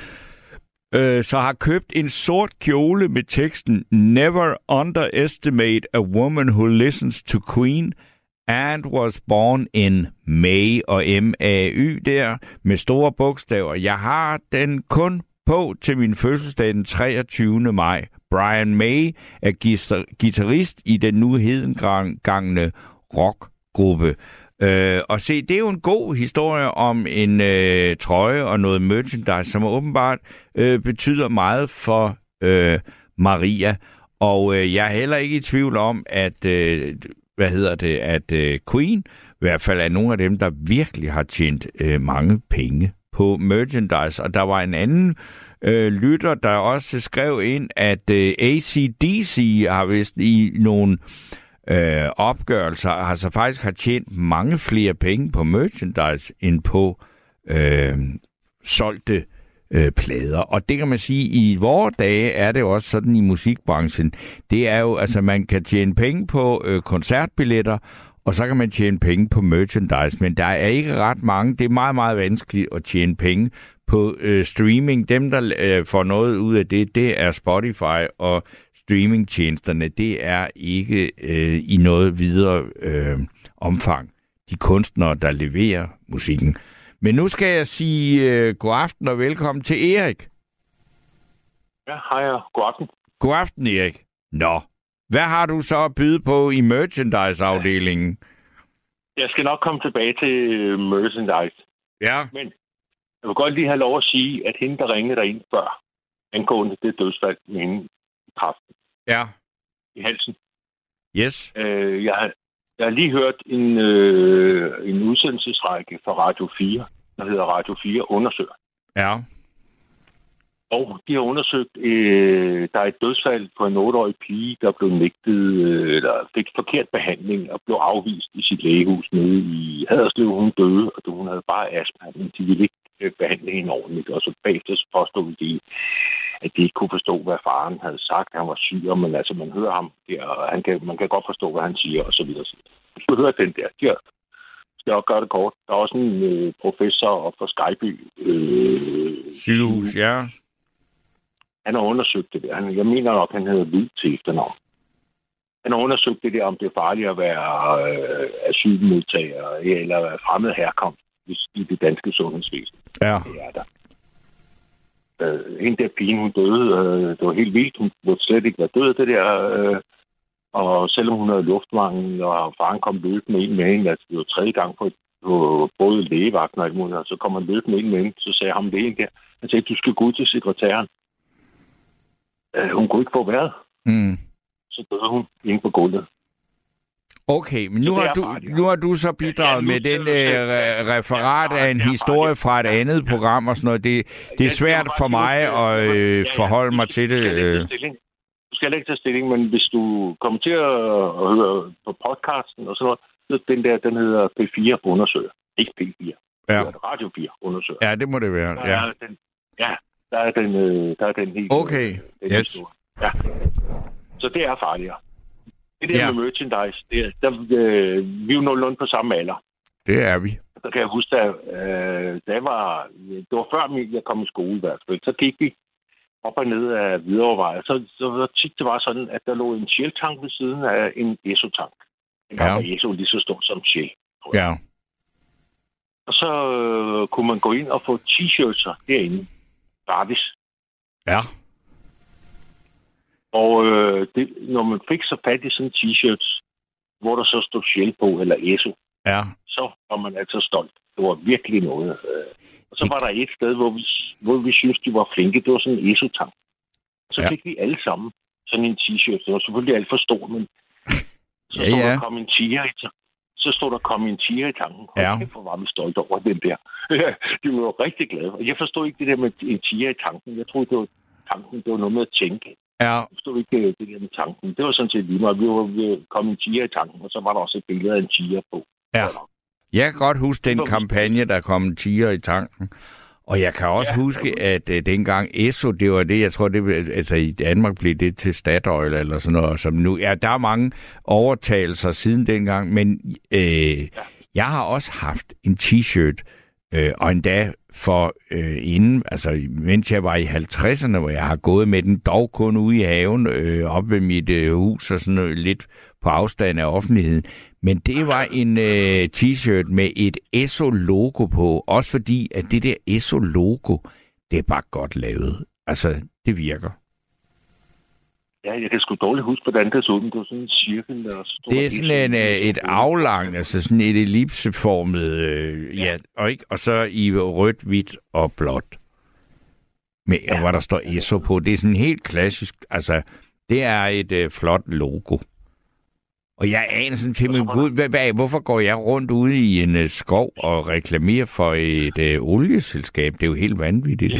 så har købt en sort kjole med teksten Never underestimate a woman who listens to Queen and was born in May, og M-A-Y der, med store bogstaver. Jeg har den kun på til min fødselsdag den 23. maj. Brian May er guitarist i den nu hedengangne rockgruppe. Og se, det er jo en god historie om en trøje og noget merchandise, som åbenbart betyder meget for Maria. Og jeg er heller ikke i tvivl om, at Queen i hvert fald er nogle af dem, der virkelig har tjent mange penge på merchandise. Og der var en anden lytter, der også skrev ind, at AC/DC har vist i nogle opgørelser, altså faktisk har tjent mange flere penge på merchandise end på solgte plader. Og det kan man sige, i vore dage er det jo også sådan i musikbranchen. Det er jo, altså man kan tjene penge på koncertbilletter, og så kan man tjene penge på merchandise, men der er ikke ret mange. Det er meget, meget vanskeligt at tjene penge på streaming. Dem, der får noget ud af det er Spotify, og streamingtjenesterne, det er ikke i noget videre omfang de kunstnere, der leverer musikken. Men nu skal jeg sige god aften og velkommen til Erik. Ja, hej og god aften. God aften, Erik. Nå, hvad har du så at byde på i merchandise-afdelingen? Jeg skal nok komme tilbage til merchandise. Ja. Men jeg vil godt lige have lov at sige, at hende, der ringede dig ind før, angående det dødsfald med hende i kræften. Ja. I halsen. Yes. Jeg har lige hørt en udsendelsesrække fra Radio 4, der hedder Radio 4 Undersøger. Ja. Og de har undersøgt, der er et dødsfald på en 8-årig pige, der blev nægtet, eller fik forkert behandling og blev afvist i sit lægehus nede i Haderslev. Hun døde, og hun havde bare astma, men de ville ikke behandle hende ordentligt. Og så bagefter påstod de, at de ikke kunne forstå, hvad faren havde sagt. Han var syg, men altså man hører ham, man kan godt forstå, hvad han siger, og så videre. Du skal høre den der. Jeg skal også gøre det kort. Der er også en professor fra Skyby. Sygehus, ja. Han har undersøgt det der. Jeg mener nok, han hedder Hvid til efternavn. Han har undersøgt det der, om det er farligt at være asylmodtager eller fremmed herkomst i det danske sundhedsvæsen. Ja. Det er der. En der pigen, hun døde. Det var helt vildt. Hun burde slet ikke være død, det der. Og selvom hun havde luftmangel, og faren kom løbende ind med hende, altså det var 3. gang på både lægevagten og alt muligt, og så kom han løbende ind med hende, så sagde ham lægen der, han sagde, du skal gå ud til sekretæren. Hun kunne ikke få vejret. Mm. Så døde hun inde på gulvet. Okay, men nu har du så bidraget med den referat af en historie fra et andet program og sådan noget. Det er svært for mig at forholde mig til det. Du skal ikke tage stilling, men hvis du kommer til at høre på podcasten og sådan noget, så den hedder P4 undersøger. Ikke P4. Ja. Radio 4 undersøger. Ja, det må det være. Der er den helt... Okay, den yes. Ja. Så det er farligere. Det der med merchandise, vi er jo nogenlunde på samme alder. Det er vi. Der kan jeg huske, det var før jeg kom i skole i hvert fald, så gik vi op og ned af Hvidovre. Så tit det var sådan, at der lå en Shell-tank ved siden af en Esso-tank. En gang var Esso lige så stor som Shell. Ja. Og så kunne man gå ind og få t-shirts derinde. Gratis. Ja. Og når man fik så fat i sådan en t-shirt, hvor der så stod Shell på, eller Esso, så var man altså stolt. Det var virkelig noget. Og så var der et sted, hvor vi syntes, de var flinke. Det var sådan en Esso-tank. Så fik vi alle sammen sådan en t-shirt. Det var selvfølgelig alt for stor, men så stod der kom en tiger i tanken. Så stod der kom en tiger i tanken. Hvor var vi stolt over den der. De var rigtig glade. Og jeg forstod ikke det der med en tiger i tanken. Jeg troede, det var tanken. Det var noget med at tænke. Ja. Jeg forstod ikke det der med tanken. Det var sådan set lige meget. Vi var kommet en tiger i tanken, og så var der også et billede af en tiger på. Ja. Jeg kan godt huske den kampagne, der kom en tiger i tanken. Og jeg kan også huske, at dengang Esso, det var det, jeg tror, altså i Danmark blev det til Statoil eller sådan noget, som nu. Ja, der er mange overtagelser siden dengang, men jeg har også haft en t-shirt, og endda for inden, altså mens jeg var i 50'erne, hvor jeg har gået med den dog kun ude i haven, op ved mit hus og sådan noget, lidt på afstand af offentligheden. Men det var en t-shirt med et Esso-logo på, også fordi, at det der Esso-logo, det er bare godt lavet. Altså, det virker. Ja, jeg kan sgu dårligt huske, hvordan det så ud, men det var sådan en cirkel. Det er sådan et aflang, altså sådan et ellipseformet, og så i rødt, hvidt og blåt. Med, hvor der står Esso på. Det er sådan helt klassisk, altså, det er et flot logo. Og jeg aner sådan til mig, hvorfor går jeg rundt ude i en skov og reklamerer for et olieselskab? Det er jo helt vanvittigt.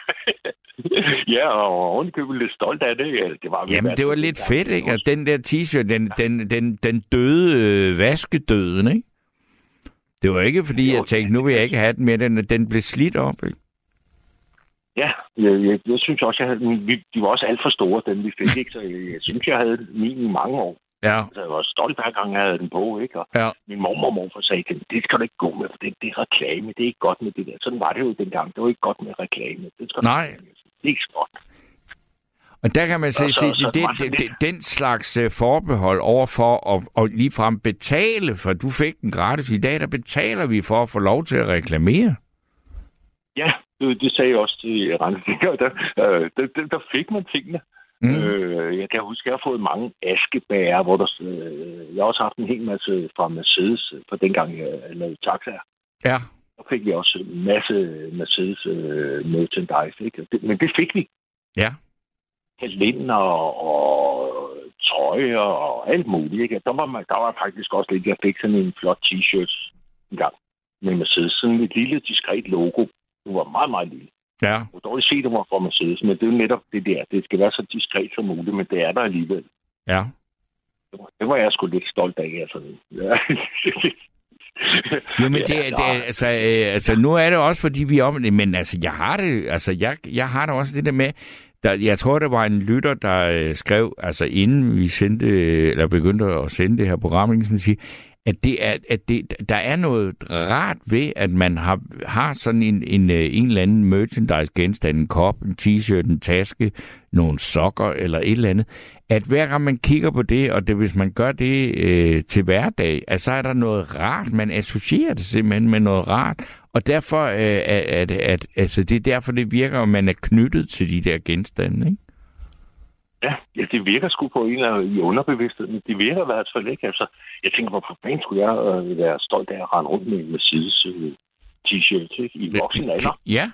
Ja, og ovenikøbet lidt stolt af det. Ja, det var lidt fedt, ikke? Og den der t-shirt, den døde vaskedøden, ikke? Det var ikke, fordi jeg tænkte, nu vil jeg ikke have den mere. Den blev slidt op, ikke? Ja, jeg synes også, de var også alt for store, den vi fik, ikke? Så jeg synes, jeg havde min i mange år. Ja. Altså, jeg var stolt hver gang, jeg havde den på, ikke? Og min mormor og morfar sagde, det skal du ikke gå med, for det er reklame, det er ikke godt med det der. Sådan var det jo dengang, det var ikke godt med reklame. Det skal Nej. Det er ikke så godt. Og der kan man se den slags forbehold over for at ligefrem betale, for du fik den gratis. I dag, der betaler vi for at få lov til at reklamere. Ja, det sagde jeg også til Randstikker. Der fik man tingene. Jeg kan huske, at jeg har fået mange askebærer, hvor jeg har også haft en hel masse fra Mercedes, for dengang jeg lavede taxaer. Ja. Der fik vi også en masse Mercedes merchandise, ikke? Men det fik vi. Ja. Kalender og trøjer og alt muligt, ikke? Der var faktisk også lidt, jeg fik sådan en flot t-shirt en gang med Mercedes. Sådan et lille, diskret logo. Det var meget, meget lille. Ja. Du kan dårligt se, det var fra Mercedes, men det er jo netop det der. Det skal være så diskret som muligt, men det er der alligevel. Ja. Det var jeg sgu lidt stolt af, altså. Ja. Jo, men altså, nu er det også, fordi vi om det, men altså, jeg har det også det der med, jeg tror, der var en lytter, der skrev, altså inden vi begyndte at sende det her program, som siger, der er noget rart ved, at man har sådan en eller anden merchandise genstand, en kop, en t-shirt, en taske, nogle sokker eller et eller andet, at hver gang man kigger på det, og hvis man gør det til hverdag, så er der noget rart. Man associerer det simpelthen med noget rart, og derfor det er derfor, det virker, at man er knyttet til de der genstande, ikke? Ja, det virker sgu på en eller anden i underbevidstheden. Det virker i hvert fald ikke. Altså, jeg tænker, hvor fanden skulle jeg være stolt af at rende rundt med en Mercedes t-shirt, ikke? I voksen alder. Ja.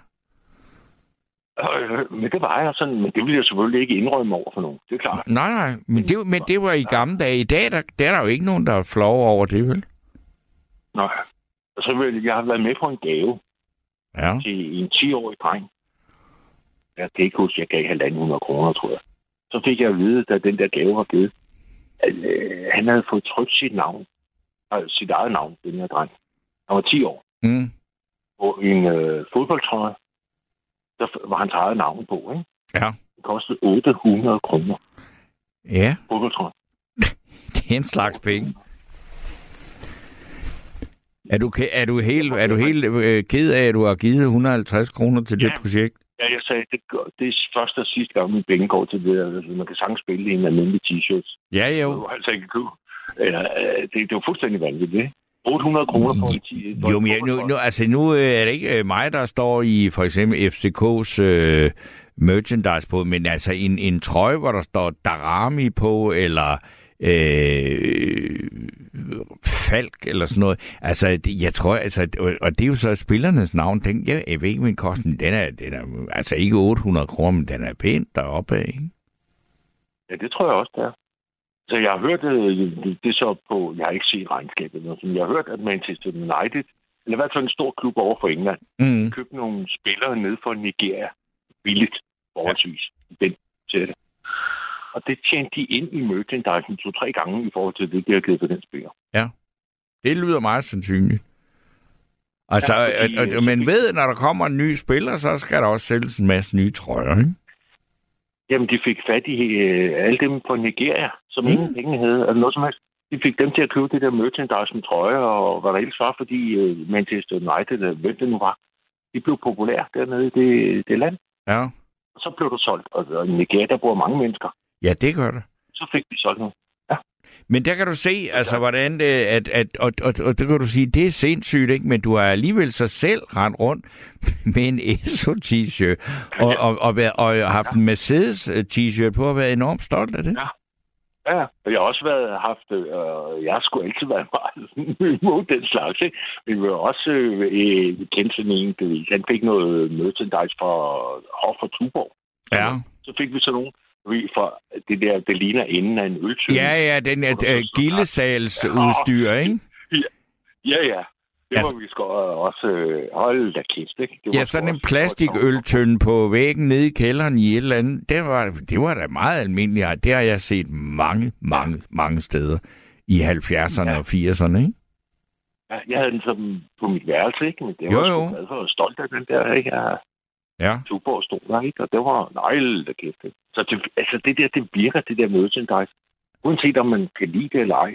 Men det var jeg sådan, men det ville jeg selvfølgelig ikke indrømme over for nogen. Det er klart. Nej, men det var i gamle dage. I dag, der er der jo ikke nogen, der er flove over det, vel? Nej. Og så jeg har været med på en gave til en 10-årig dreng. Jeg kan ikke huske, jeg gav 1.500 kroner, tror jeg. Så fik jeg at vide, da den der gave var givet, at han havde fået trykt sit navn. Altså sit eget navn, den her dreng. Han var 10 år. Mm. På en fodboldtrøje, der var hans eget navn på, ikke? Ja. Det kostede 800 kroner. Ja. Fodboldtrøje. Det er en slags penge. Er du helt ked af, at du har givet 150 kroner til det projekt? Ja, jeg sagde, det er første og sidste gang, mine penge går til det. Altså, man kan sagtens spille i en almindelig t-shirt. Ja, jo. Det var altså ikke køb. Det var fuldstændig vanvittigt, ikke? 800 kroner på en t-shirt. Jo, men nu er det ikke mig, der står i for eksempel FCK's merchandise på, men altså en trøje, hvor der står Darami på, eller Falk eller sådan noget. Altså, jeg tror, og det er jo så spillernes navn. Jeg ved ikke, min kosten, den er altså ikke 800 kroner, men den er pænt deroppe af, ikke? Ja, det tror jeg også, det er. Så jeg har hørt det så på, jeg har ikke set regnskabet, men jeg har hørt, at Manchester United, eller i hvert fald en stor klub over for England, købte nogle spillere ned for Nigeria billigt, forholdsvis. Den til det. Og det tjente de ind i merchandisen 2-3 gange i forhold til det, de har givet for den spiller. Ja, det lyder meget sandsynligt. Altså, men ved, når der kommer en ny spiller, så skal der også sælges en masse nye trøjer, ikke? Jamen, de fik fat i alle dem på Nigeria, som ingen penge havde, eller noget som helst. De fik dem til at købe det der merchandise med trøjer, og hvad der ellers var, fordi Manchester United, hvem det nu var, de blev populære dernede i det land. Ja. Og så blev det solgt, og i Nigeria, der bor mange mennesker. Ja, det gør det. Så fik de solgt noget. Ja. Men der kan du se, altså, hvordan det, og det kan du sige, det er sindssygt, ikke? Men du har alligevel sig selv rendt rundt med en ESO t-shirt, og haft en Mercedes t-shirt på, og været enormt stolt af det. Ja. Ja, og jeg har også jeg har sgu altid været meget imod den slags, ikke? Men vi har også kendt sådan en, han fik noget merchandise fra Hoff og Tuborg. Ja. Så fik vi sådan nogle, for det ligner enden af en øltønde. Ja, den gildesalsudstyr, ikke? Ja. Det var vi sgu også holde da kæft, ikke? Ja, sådan en plastikøltønde på væggen nede i kælderen i et eller andet. Det var da meget almindeligt. Det har jeg set mange steder i 70'erne og 80'erne, ikke? Ja, jeg havde den som på mit værelse, ikke? Men det var jeg så stolt af den der, ikke? Ja. Tuborg stod der, ikke? Og det var nejl, der kæft. Så det virker, det der merchandise. Uanset om man kan lide det eller ej,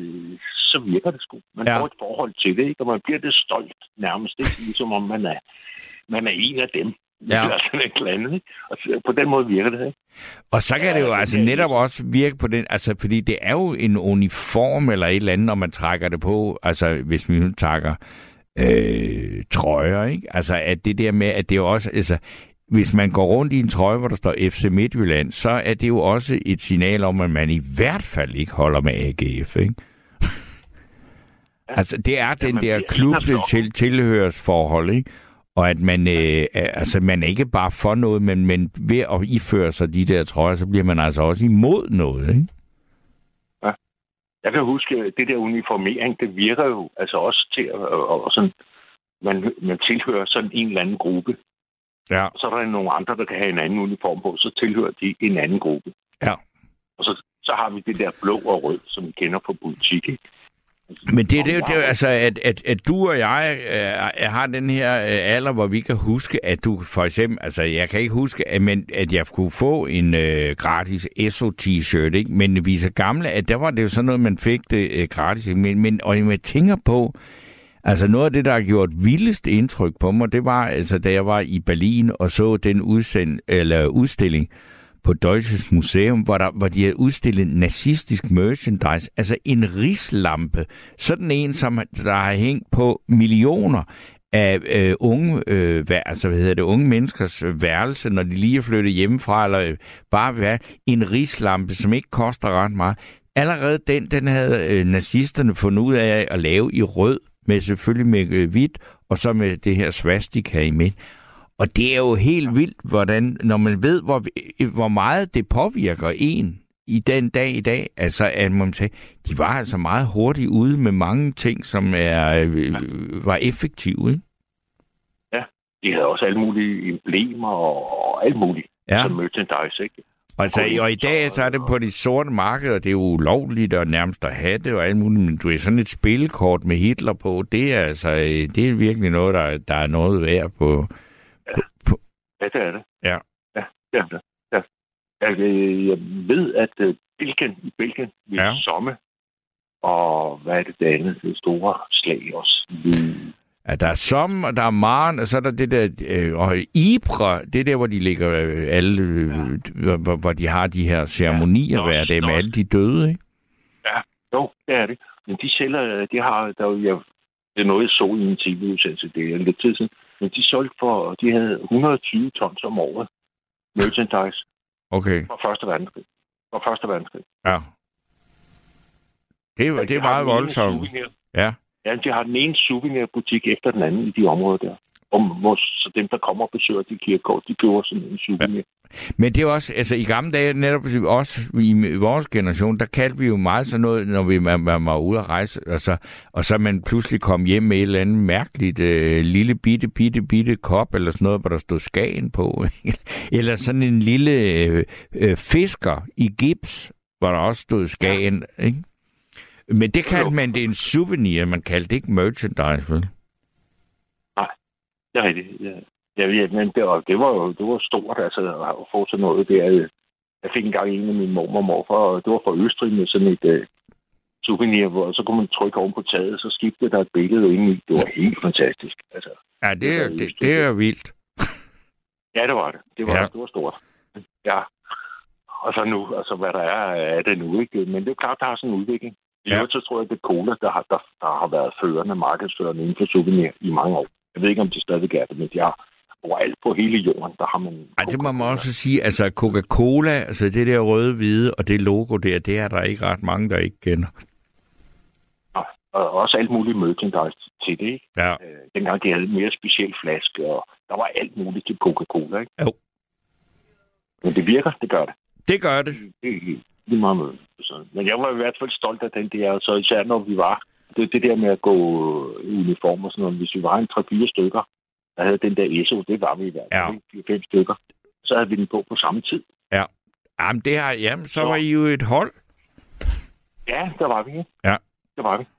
så virker det sgu. Man får et forhold til det, ikke? Og man bliver det stolt nærmest, ikke? Ligesom om man er en af dem. Ja. Eller sådan et eller andet, ikke? Og på den måde virker det, ikke? Og så kan det jo netop også virke på den, altså fordi det er jo en uniform eller et eller andet, når man trækker det på, altså hvis vi nu takker trøjer, ikke? Altså at det der med, at det jo også, altså hvis man går rundt i en trøje, hvor der står FC Midtjylland, så er det jo også et signal om, at man i hvert fald ikke holder med AGF, ikke? Altså, det er den der klub tilhørsforhold, ikke? Og at man, man er ikke bare for noget, men ved at iføre sig de der trøjer, så bliver man altså også imod noget, ikke? Ja. Jeg kan huske, det der uniformering, det virker jo altså også til at sådan, man tilhører sådan en eller anden gruppe. Ja. Så er der nogle andre, der kan have en anden uniform på, så tilhører de en anden gruppe. Ja. Og så har vi det der blå og rød, som vi kender fra politik, ikke? Men det er altså, at du og jeg har den her alder, hvor vi kan huske, at du for eksempel, altså jeg kan ikke huske, at jeg kunne få en gratis ESSO-t-shirt, ikke? Men vi er så gamle, at der var det jo sådan noget, man fik det gratis. Og jeg tænker på, altså noget af det, der har gjort vildest indtryk på mig, det var, altså da jeg var i Berlin og så den udstilling på Deutsches Museum, hvor de havde udstillet nazistisk merchandise, altså en rislampe, sådan en, som der har hængt på millioner af unge menneskers værelse, når de lige er flyttet hjemmefra, eller bare en rislampe, som ikke koster ret meget. Allerede den havde nazisterne fundet ud af at lave i rød, selvfølgelig med hvidt, og så med det her svastika i midt. Og det er jo helt vildt, hvordan, når man ved, hvor meget det påvirker en i den dag i dag, altså at man siger, de var altså meget hurtigt ude med mange ting, som var effektive, ikke? Ja, de havde også alle mulige emblemer og alt muligt, som merchandise, ikke? Og i dag så er det på de sorte markeder, det er jo ulovligt og nærmest at have det og alt muligt, men du er sådan et spilkort med Hitler på, det er virkelig noget, der er noget værd på. Ja, det er det. Ja. Ja, det er det. Ja. Jeg ved, at Belgien vil somme, og hvad er det andet? Det store slag også. Ja, der er Somme, og der er Maren, og så er der det der, og Ypres, det er der, hvor de ligger alle, hvor de har de her ceremonier hver dag med alle de døde, ikke? Ja, jo, det er det. Men de sælger, det er noget, jeg så i en tv-udsendelse, det er lidt tid siden, men de solgte de havde 120 tons om året merchandise. Okay. Fra første verdenskrig. Ja. Det er meget voldsomt. Ja. Ja, de har den ene souvenirbutik efter den anden i de områder der. Så dem, der kommer og besøger de kirkegård, de køber sådan en souvenir. Ja. Men det er også, altså i gamle dage, netop også i vores generation, der kaldte vi jo meget sådan noget, når vi var ude at rejse, og så man pludselig kom hjem med et eller andet mærkeligt lille bitte kop, eller sådan noget, hvor der stod Skagen på. Eller sådan en lille fisker i gips, hvor der også stod Skagen, ikke? Men det kaldte man, det er en souvenir, man kaldte det ikke merchandise, vel? Nej, det er rigtigt. Ja, men det var stort, altså, at få sådan noget der. Jeg fik engang en af mine mormor og morfar, og det var fra Østrig med sådan et souvenir, hvor så kunne man trykke oven på taget, så skiftede der et billede ind i. Det var helt fantastisk. Altså, ja, det er vildt. Ja, det var det. Det var stort. Ja. Og så nu, altså hvad der er det nu, ikke? Men det er klart, der har sådan en udvikling. Så tror jeg, det er Cola, der har været markedsførende inden for souvenir i mange år. Jeg ved ikke, om de stadig er det, men de har overalt på hele jorden, der har man... Ej, det må man også sige. Altså, Coca-Cola, altså det der røde-hvide og det logo der, det er der ikke ret mange, der ikke kender. Ja, og også alt muligt merchandise til det, ikke? Ja. Dengang de havde mere speciel flaske, og der var alt muligt til Coca-Cola, ikke? Jo. Men det virker, det gør det. Det gør det. Det er meget med. Men jeg var i hvert fald stolt af den der, så især når vi var, det der med at gå i uniform og sådan noget, hvis vi var en 3-4 stykker, der havde den der ESO, det var vi i hvert fald, 4-5 stykker, så havde vi den på samme tid. Ja. Jamen, så var I jo et hold. Ja, der var vi, ikke? Ja. Der var vi.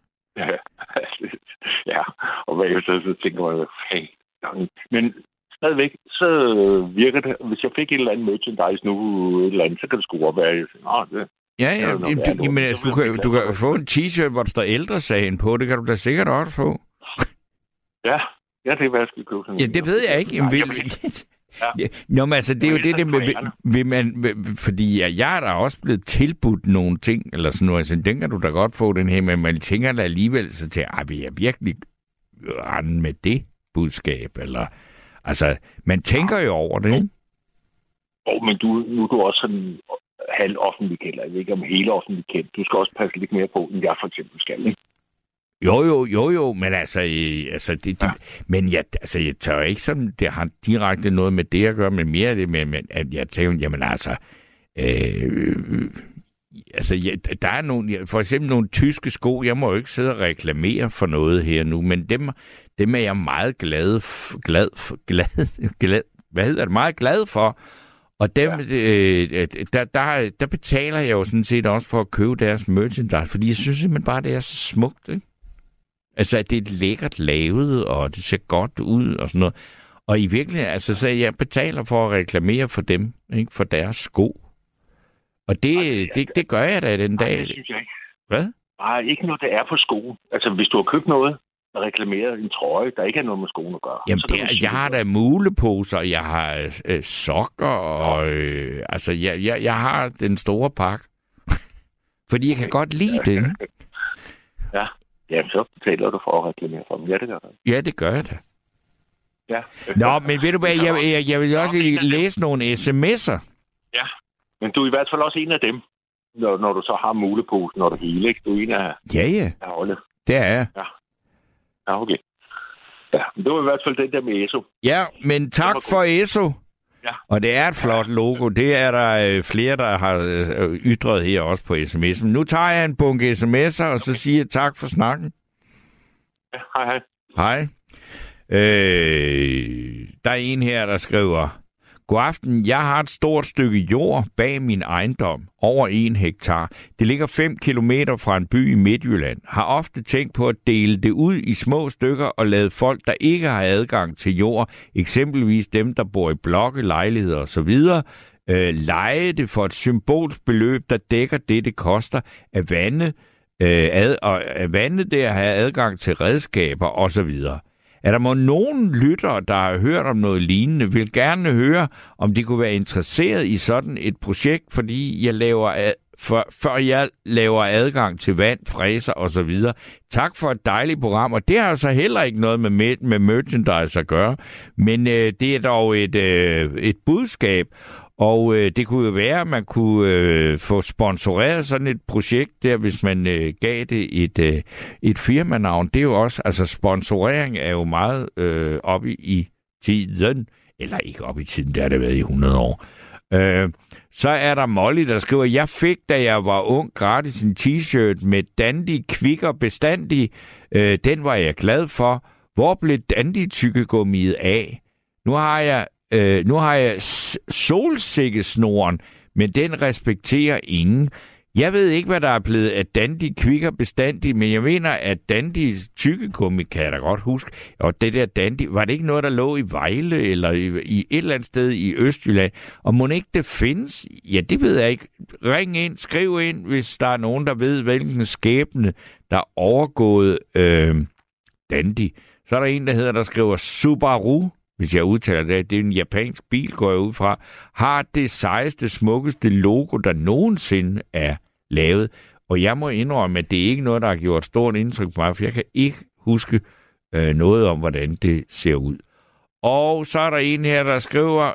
Ja, og bagefter så tænker jeg, hey, men stadigvæk, så virker det. Hvis jeg fik et eller andet merchandise nu, et eller andet, så kan det sgu godt være, det. Ja. Men altså, du kan få en t-shirt, hvor der står ældresagen på. Det kan du da sikkert også få. Ja, det er hvad jeg skal købe. Ja, det ved jeg ikke. Ja. Nå, men altså, det er jo det med, fordi jeg er da også blevet tilbudt nogle ting, eller sådan noget. Altså, den kan du da godt få den her, men man tænker da alligevel så til, vil jeg virkelig rende med det budskab, eller... Altså, man tænker jo over det, ikke? Men nu er du også sådan halv offentlig kendt, jeg ved ikke om hele offentlig kendt. Du skal også passe lidt mere på, end jeg for eksempel skal, ikke? Jo, men altså men jeg tager ikke sådan, det har direkte noget med det at gøre, men mere det med, at jeg tænker, jamen altså, der er nogle, for eksempel nogle tyske sko, jeg må jo ikke sidde og reklamere for noget her nu, men dem er jeg meget glad, hvad hedder det, meget glad for Og dem, der betaler jeg jo sådan set også for at købe deres merchandise, fordi jeg synes simpelthen bare, det er så smukt, ikke? Altså, at det er lækkert lavet, og det ser godt ud, og sådan noget. Og i virkeligheden, altså, så jeg betaler for at reklamere for dem, ikke? For deres sko. Og det gør jeg da den dag. Det synes jeg ikke. Hvad? Nej, ikke noget, der er på skoen. Altså, hvis du har købt noget, der reklamerer en trøje, der ikke har noget med skoen at gøre. Jamen, jeg har da muleposer, jeg har sokker, og altså, jeg har den store pakke. Fordi jeg kan godt lide det. Ja, så betaler du for at reklamere for dem. Ja, det gør du. Ja, det gør jeg da. Ja. Nå, men ved du hvad, jeg vil også læse nogle sms'er. Ja, men du er i hvert fald også en af dem, når du så har muleposen og det hele, ikke? Du er en af... Ja. Det er jeg. Ja, okay. Ja, det var i hvert fald den der med ESO. Ja, men tak for ESO. Ja. Og det er et flot logo. Det er der flere, der har ytret her også på sms'en. Nu tager jeg en bunke sms'er, og så siger jeg tak for snakken. Ja, hej. Hej. Der er en her, der skriver: God aften, jeg har et stort stykke jord bag min ejendom, over 1 hektar. Det ligger 5 kilometer fra en by i Midtjylland. Har ofte tænkt på at dele det ud i små stykker og lade folk, der ikke har adgang til jord, eksempelvis dem, der bor i blokke, lejligheder osv., leje det for et symbolsk beløb, der dækker det koster at vande, det at have adgang til redskaber osv. Er der nogen lyttere, der har hørt om noget lignende, vil gerne høre, om de kunne være interesseret i sådan et projekt, fordi jeg laver adgang til vand, fræser osv. Tak for et dejligt program, og det har altså heller ikke noget med merchandise at gøre, men det er dog et budskab, og det kunne jo være, at man kunne få sponsoreret sådan et projekt der, hvis man gav det et firmanavn. Det er jo også, altså sponsorering er jo meget oppe i tiden, eller ikke oppe i tiden, det har det været i 100 år. Så er der Molly, der skriver: Jeg fik, da jeg var ung, gratis en t-shirt med Dandy Kvikker bestandig. Den var jeg glad for. Hvor blev Dandy tykkegummiet af? Nu har jeg solsikkesnoren, men den respekterer ingen. Jeg ved ikke, hvad der er blevet af Dandy Kvikker bestandig, men jeg mener, at Dandy tykkegummi, kan jeg da godt huske, og det der Dandy, var det ikke noget, der lå i Vejle, eller i et eller andet sted i Østjylland? Og må ikke det findes? Ja, det ved jeg ikke. Ring ind, skriv ind, hvis der er nogen, der ved, hvilken skæbne, der er overgået Dandy. Så er der en, der skriver Subaru, hvis jeg udtaler det, det er en japansk bil, går jeg ud fra, har det sejeste, smukkeste logo, der nogensinde er lavet. Og jeg må indrømme, at det er ikke noget, der har gjort stort indtryk på mig, for jeg kan ikke huske noget om, hvordan det ser ud. Og så er der en her, der skriver,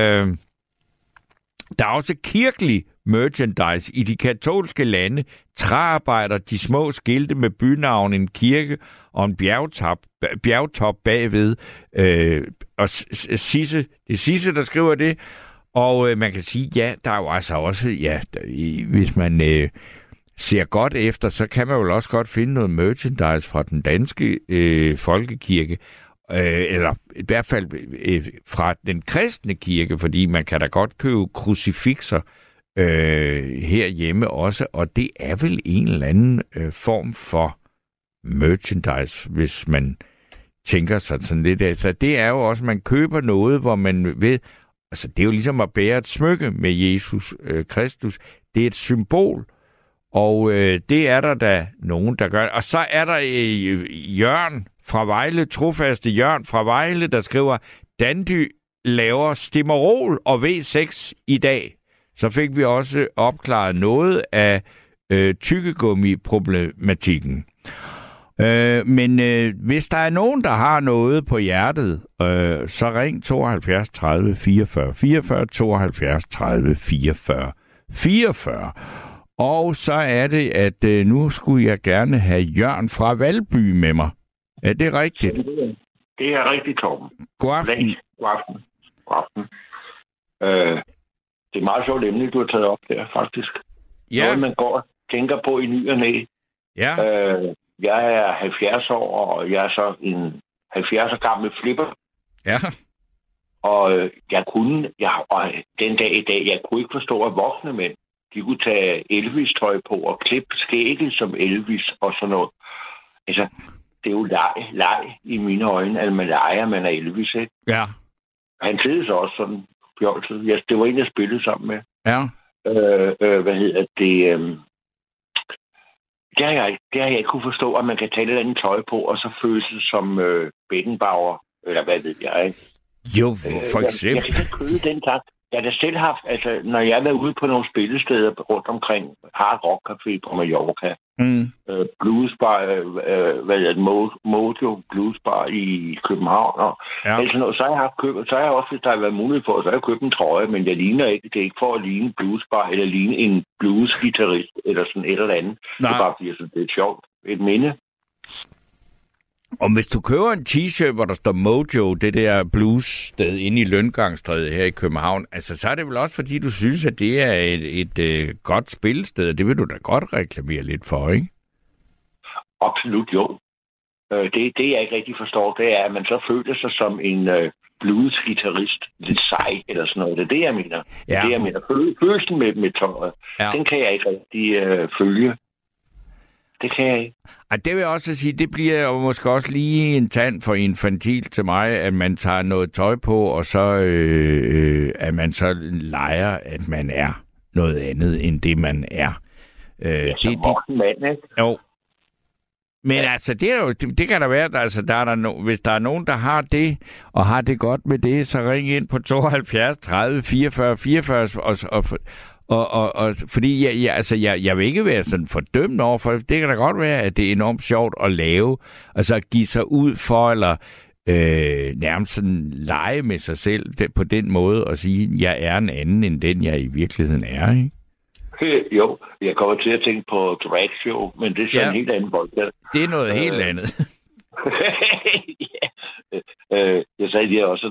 der er også kirkelig merchandise i de katolske lande. Træarbejder, de små skilte med bynavn, en kirke og en bjergtop bagved. Og Sisse, der skriver det. Og man kan sige, ja, der er jo altså også, ja, hvis man ser godt efter, så kan man jo også godt finde noget merchandise fra den danske folkekirke. Eller i hvert fald fra den kristne kirke, fordi man kan da godt købe krucifixer herhjemme også, og det er vel en eller anden form for merchandise, hvis man tænker sig sådan lidt af. Så det er jo også, at man køber noget, hvor man ved, altså det er jo ligesom at bære et smykke med Jesus Kristus. Det er et symbol, og det er der da nogen, der gør. Og så er der Jørgen fra Vejle, trofaste Jørgen fra Vejle, der skriver: Dandy laver Stimorol og V6 i dag. Så fik vi også opklaret noget af tykkegummi-problematikken. Men hvis der er nogen, der har noget på hjertet, så ring 72 30 44 44, 72 30 44 44. Og så er det, at nu skulle jeg gerne have Jørgen fra Valby med mig. Er det rigtigt? Det er rigtigt, Torben. God aften. God aften. God aften. Det er meget sjovt emne, du har taget op der, faktisk. Ja. Noget, man går og tænker på i ny og næ. Ja. Jeg er 70 år, og jeg er så en 70 år gammel flipper. Ja. Og den dag i dag, jeg kunne ikke forstå, at voksne mænd, de kunne tage Elvis-tøj på og klippe skægget som Elvis og sådan noget. Altså, det er jo leg i mine øjne, at man leger, man er Elvis, ikke? Ja. Han klædte sig også sådan fjolset. Det var en, jeg spillede sammen med. Ja. Hvad hedder det? Det har jeg ikke kunne forstå, at man kan tage et eller andet tøj på, og så føle sig som Beckenbauer, eller hvad ved jeg, ikke? Jo, for eksempel. Jeg kan ikke købe den takt. Jeg har da selv haft, altså, når jeg har været ude på nogle spillesteder rundt omkring Hard Rock Café på Mallorca, Bluesbar, Mojo Bluesbar i København, og altså noget, så har jeg også, hvis der har været mulighed for, så har jeg købt en trøje, men jeg ligner ikke, det er ikke for at ligne Bluesbar, eller ligne en bluesgitarrist, eller sådan et eller andet. Nej. Det er bare fordi, jeg synes, det er sjovt. Et minde. Og hvis du køber en t-shirt, hvor der står Mojo, det der blues-sted inde i Løngangstræde her i København, altså så er det vel også, fordi du synes, at det er et godt spillested, det vil du da godt reklamere lidt for, ikke? Absolut, jo. Det jeg ikke rigtig forstår, det er, at man så føler sig som en blues-gitarrist, lidt sej eller sådan noget. Det er det, jeg mener. Ja. Det, jeg mener. Følelsen med tøjet, den kan jeg ikke rigtig følge. Det kan jeg ikke. Og det vil jeg også sige, det bliver jo måske også lige en tand for infantil til mig, at man tager noget tøj på, og så at man så leger, at man er noget andet, end det man er. Som voksen mand, ikke? Jo. Men altså, det kan der være, altså, hvis der er nogen, der har det, og har det godt med det, så ring ind på 72 30 44 44, og fordi jeg vil ikke være sådan fordømt over, for det kan da godt være, at det er enormt sjovt at lave, altså at give sig ud for, eller nærmest sådan lege med sig selv på den måde, og sige, at jeg er en anden, end den jeg i virkeligheden er, ikke? Jo, jeg kommer til at tænke på drag show, men det er sådan en helt anden bold. Det er noget helt andet. Jeg sagde det også,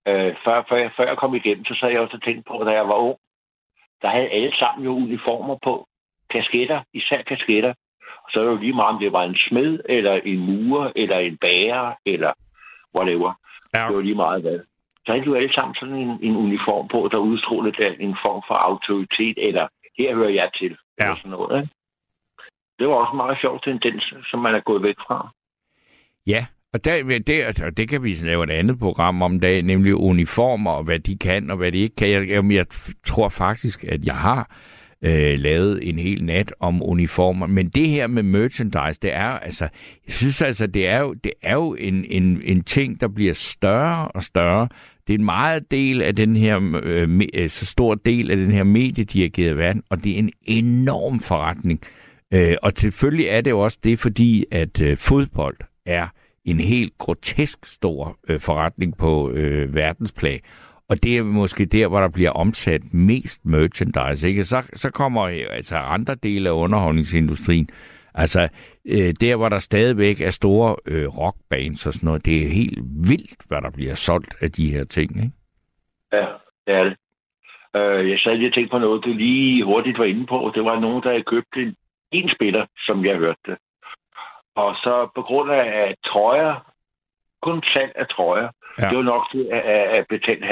før jeg kom igennem, så sad jeg også og tænkte på, da jeg var ung, der havde alle sammen jo uniformer på. Kasketter, især kasketter. Og så er det jo lige meget, om det var en smed, eller en murer, eller en bager, eller whatever. Ja. Det var lige meget hvad. Så havde jo alle sammen sådan en uniform på, der udstrålede en form for autoritet, eller her hører jeg til. Ja. Eller sådan noget, ikke? Det var også en meget sjov tendens, som man er gået væk fra. Ja, og det kan vi lave et andet program om dagen, nemlig uniformer, og hvad de kan, og hvad de ikke kan. Jeg tror faktisk, at jeg har lavet en hel nat om uniformer. Men det her med merchandise, det er altså, jeg synes altså, det er jo en ting, der bliver større og større. Det er en meget del af den her, så stor del af den her mediedirigerede verden, og det er en enorm forretning. Og selvfølgelig er det jo også det, fordi at fodbold er en helt grotesk stor forretning på verdensplan. Og det er måske der, hvor der bliver omsat mest merchandise, ikke? Så kommer altså andre dele af underholdningsindustrien. Altså der, hvor der stadigvæk er store rockbands og sådan noget. Det er helt vildt, hvad der bliver solgt af de her ting, ikke? Ja, det er det. Jeg sad lige og tænkte på noget, du lige hurtigt var inde på. Det var nogen, der havde købt en spiller, som jeg hørte det. Og så på grund af trøjer, kun salg af trøjer, det var nok til at betale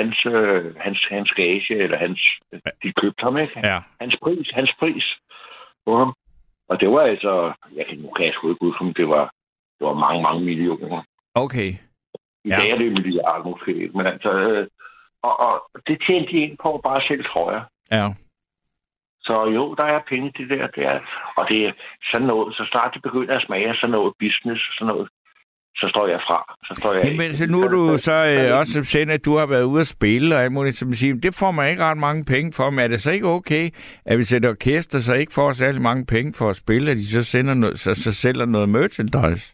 hans gage, eller de købte ham, ikke? Ja. Hans pris på ham. Og det var altså, nu kan jeg sgu ikke ud, for det var mange, mange millioner. Okay. I dag er det milliarder måske, men altså, og det tjente de ind på bare selv trøjer. Ja. Så jo, der er penge til det der. Og det er sådan noget, så snart det begynder at smage sådan noget business, sådan noget, så står jeg fra. Men så nu er du så også sendt, at du har været ude at spille, og jeg må ligesom sige, det får man ikke ret mange penge for, men er det så ikke okay, at vi sætter orkester, så ikke får særlig mange penge for at spille, at de så sælger noget merchandise?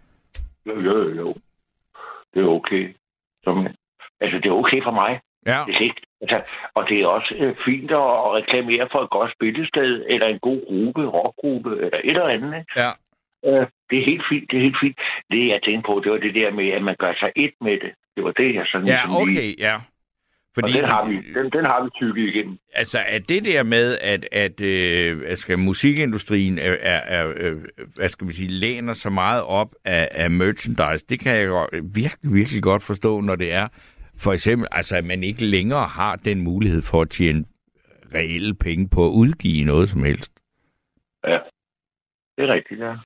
Jo. Det er okay. Altså, det er okay for mig. Ja. Det er ikke. Altså, og det er også fint at reklamere for et godt spillested, eller en god gruppe, rockgruppe, eller et eller andet. Ikke? Ja. Det er helt fint. Det, jeg tænkte på, det var det der med, at man gør sig et med det. Det var det, jeg sådan ligesom okay, ja. Fordi, og den har vi tykket igennem. Altså, at det der med, at musikindustrien hvad skal vi sige, læner så meget op af merchandise, det kan jeg virkelig, virkelig godt forstå, når det er For eksempel, altså at man ikke længere har den mulighed for at tjene reelle penge på at udgive noget som helst. Ja, det er rigtigt, ja.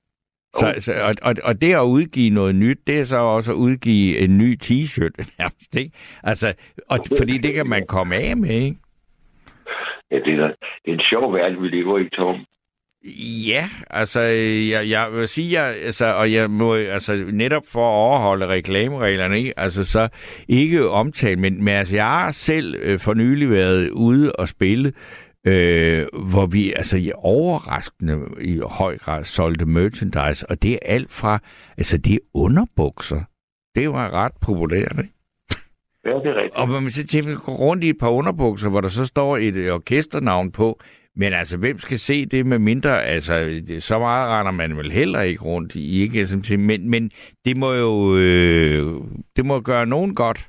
Og det at udgive noget nyt, det er så også at udgive en ny t-shirt. Ikke? Altså, fordi det kan man komme af med, ikke? Ja, det er en sjov verden, vi lever i, Tom. Ja, altså, jeg vil sige, og jeg må netop for at overholde reklamereglerne, ikke? Altså, så ikke omtale, men altså, jeg har selv for nylig været ude og spille, hvor vi altså i overraskende i høj grad solgte merchandise, og det er alt fra, altså det er underbukser. Det var ret populært, ikke? Ja, det er rigtigt. Og man så tænker, gå rundt i et par underbukser, hvor der så står et orkesternavn på, men altså, hvem skal se det med mindre? Altså, så meget render man vel heller ikke rundt i, ikke? Men det må jo det må gøre nogen godt.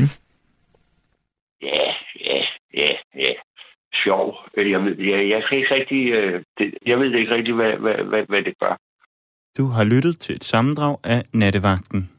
Ja. Sjov. Jeg ved ikke rigtig, hvad det gør. Du har lyttet til et sammendrag af Nattevagten.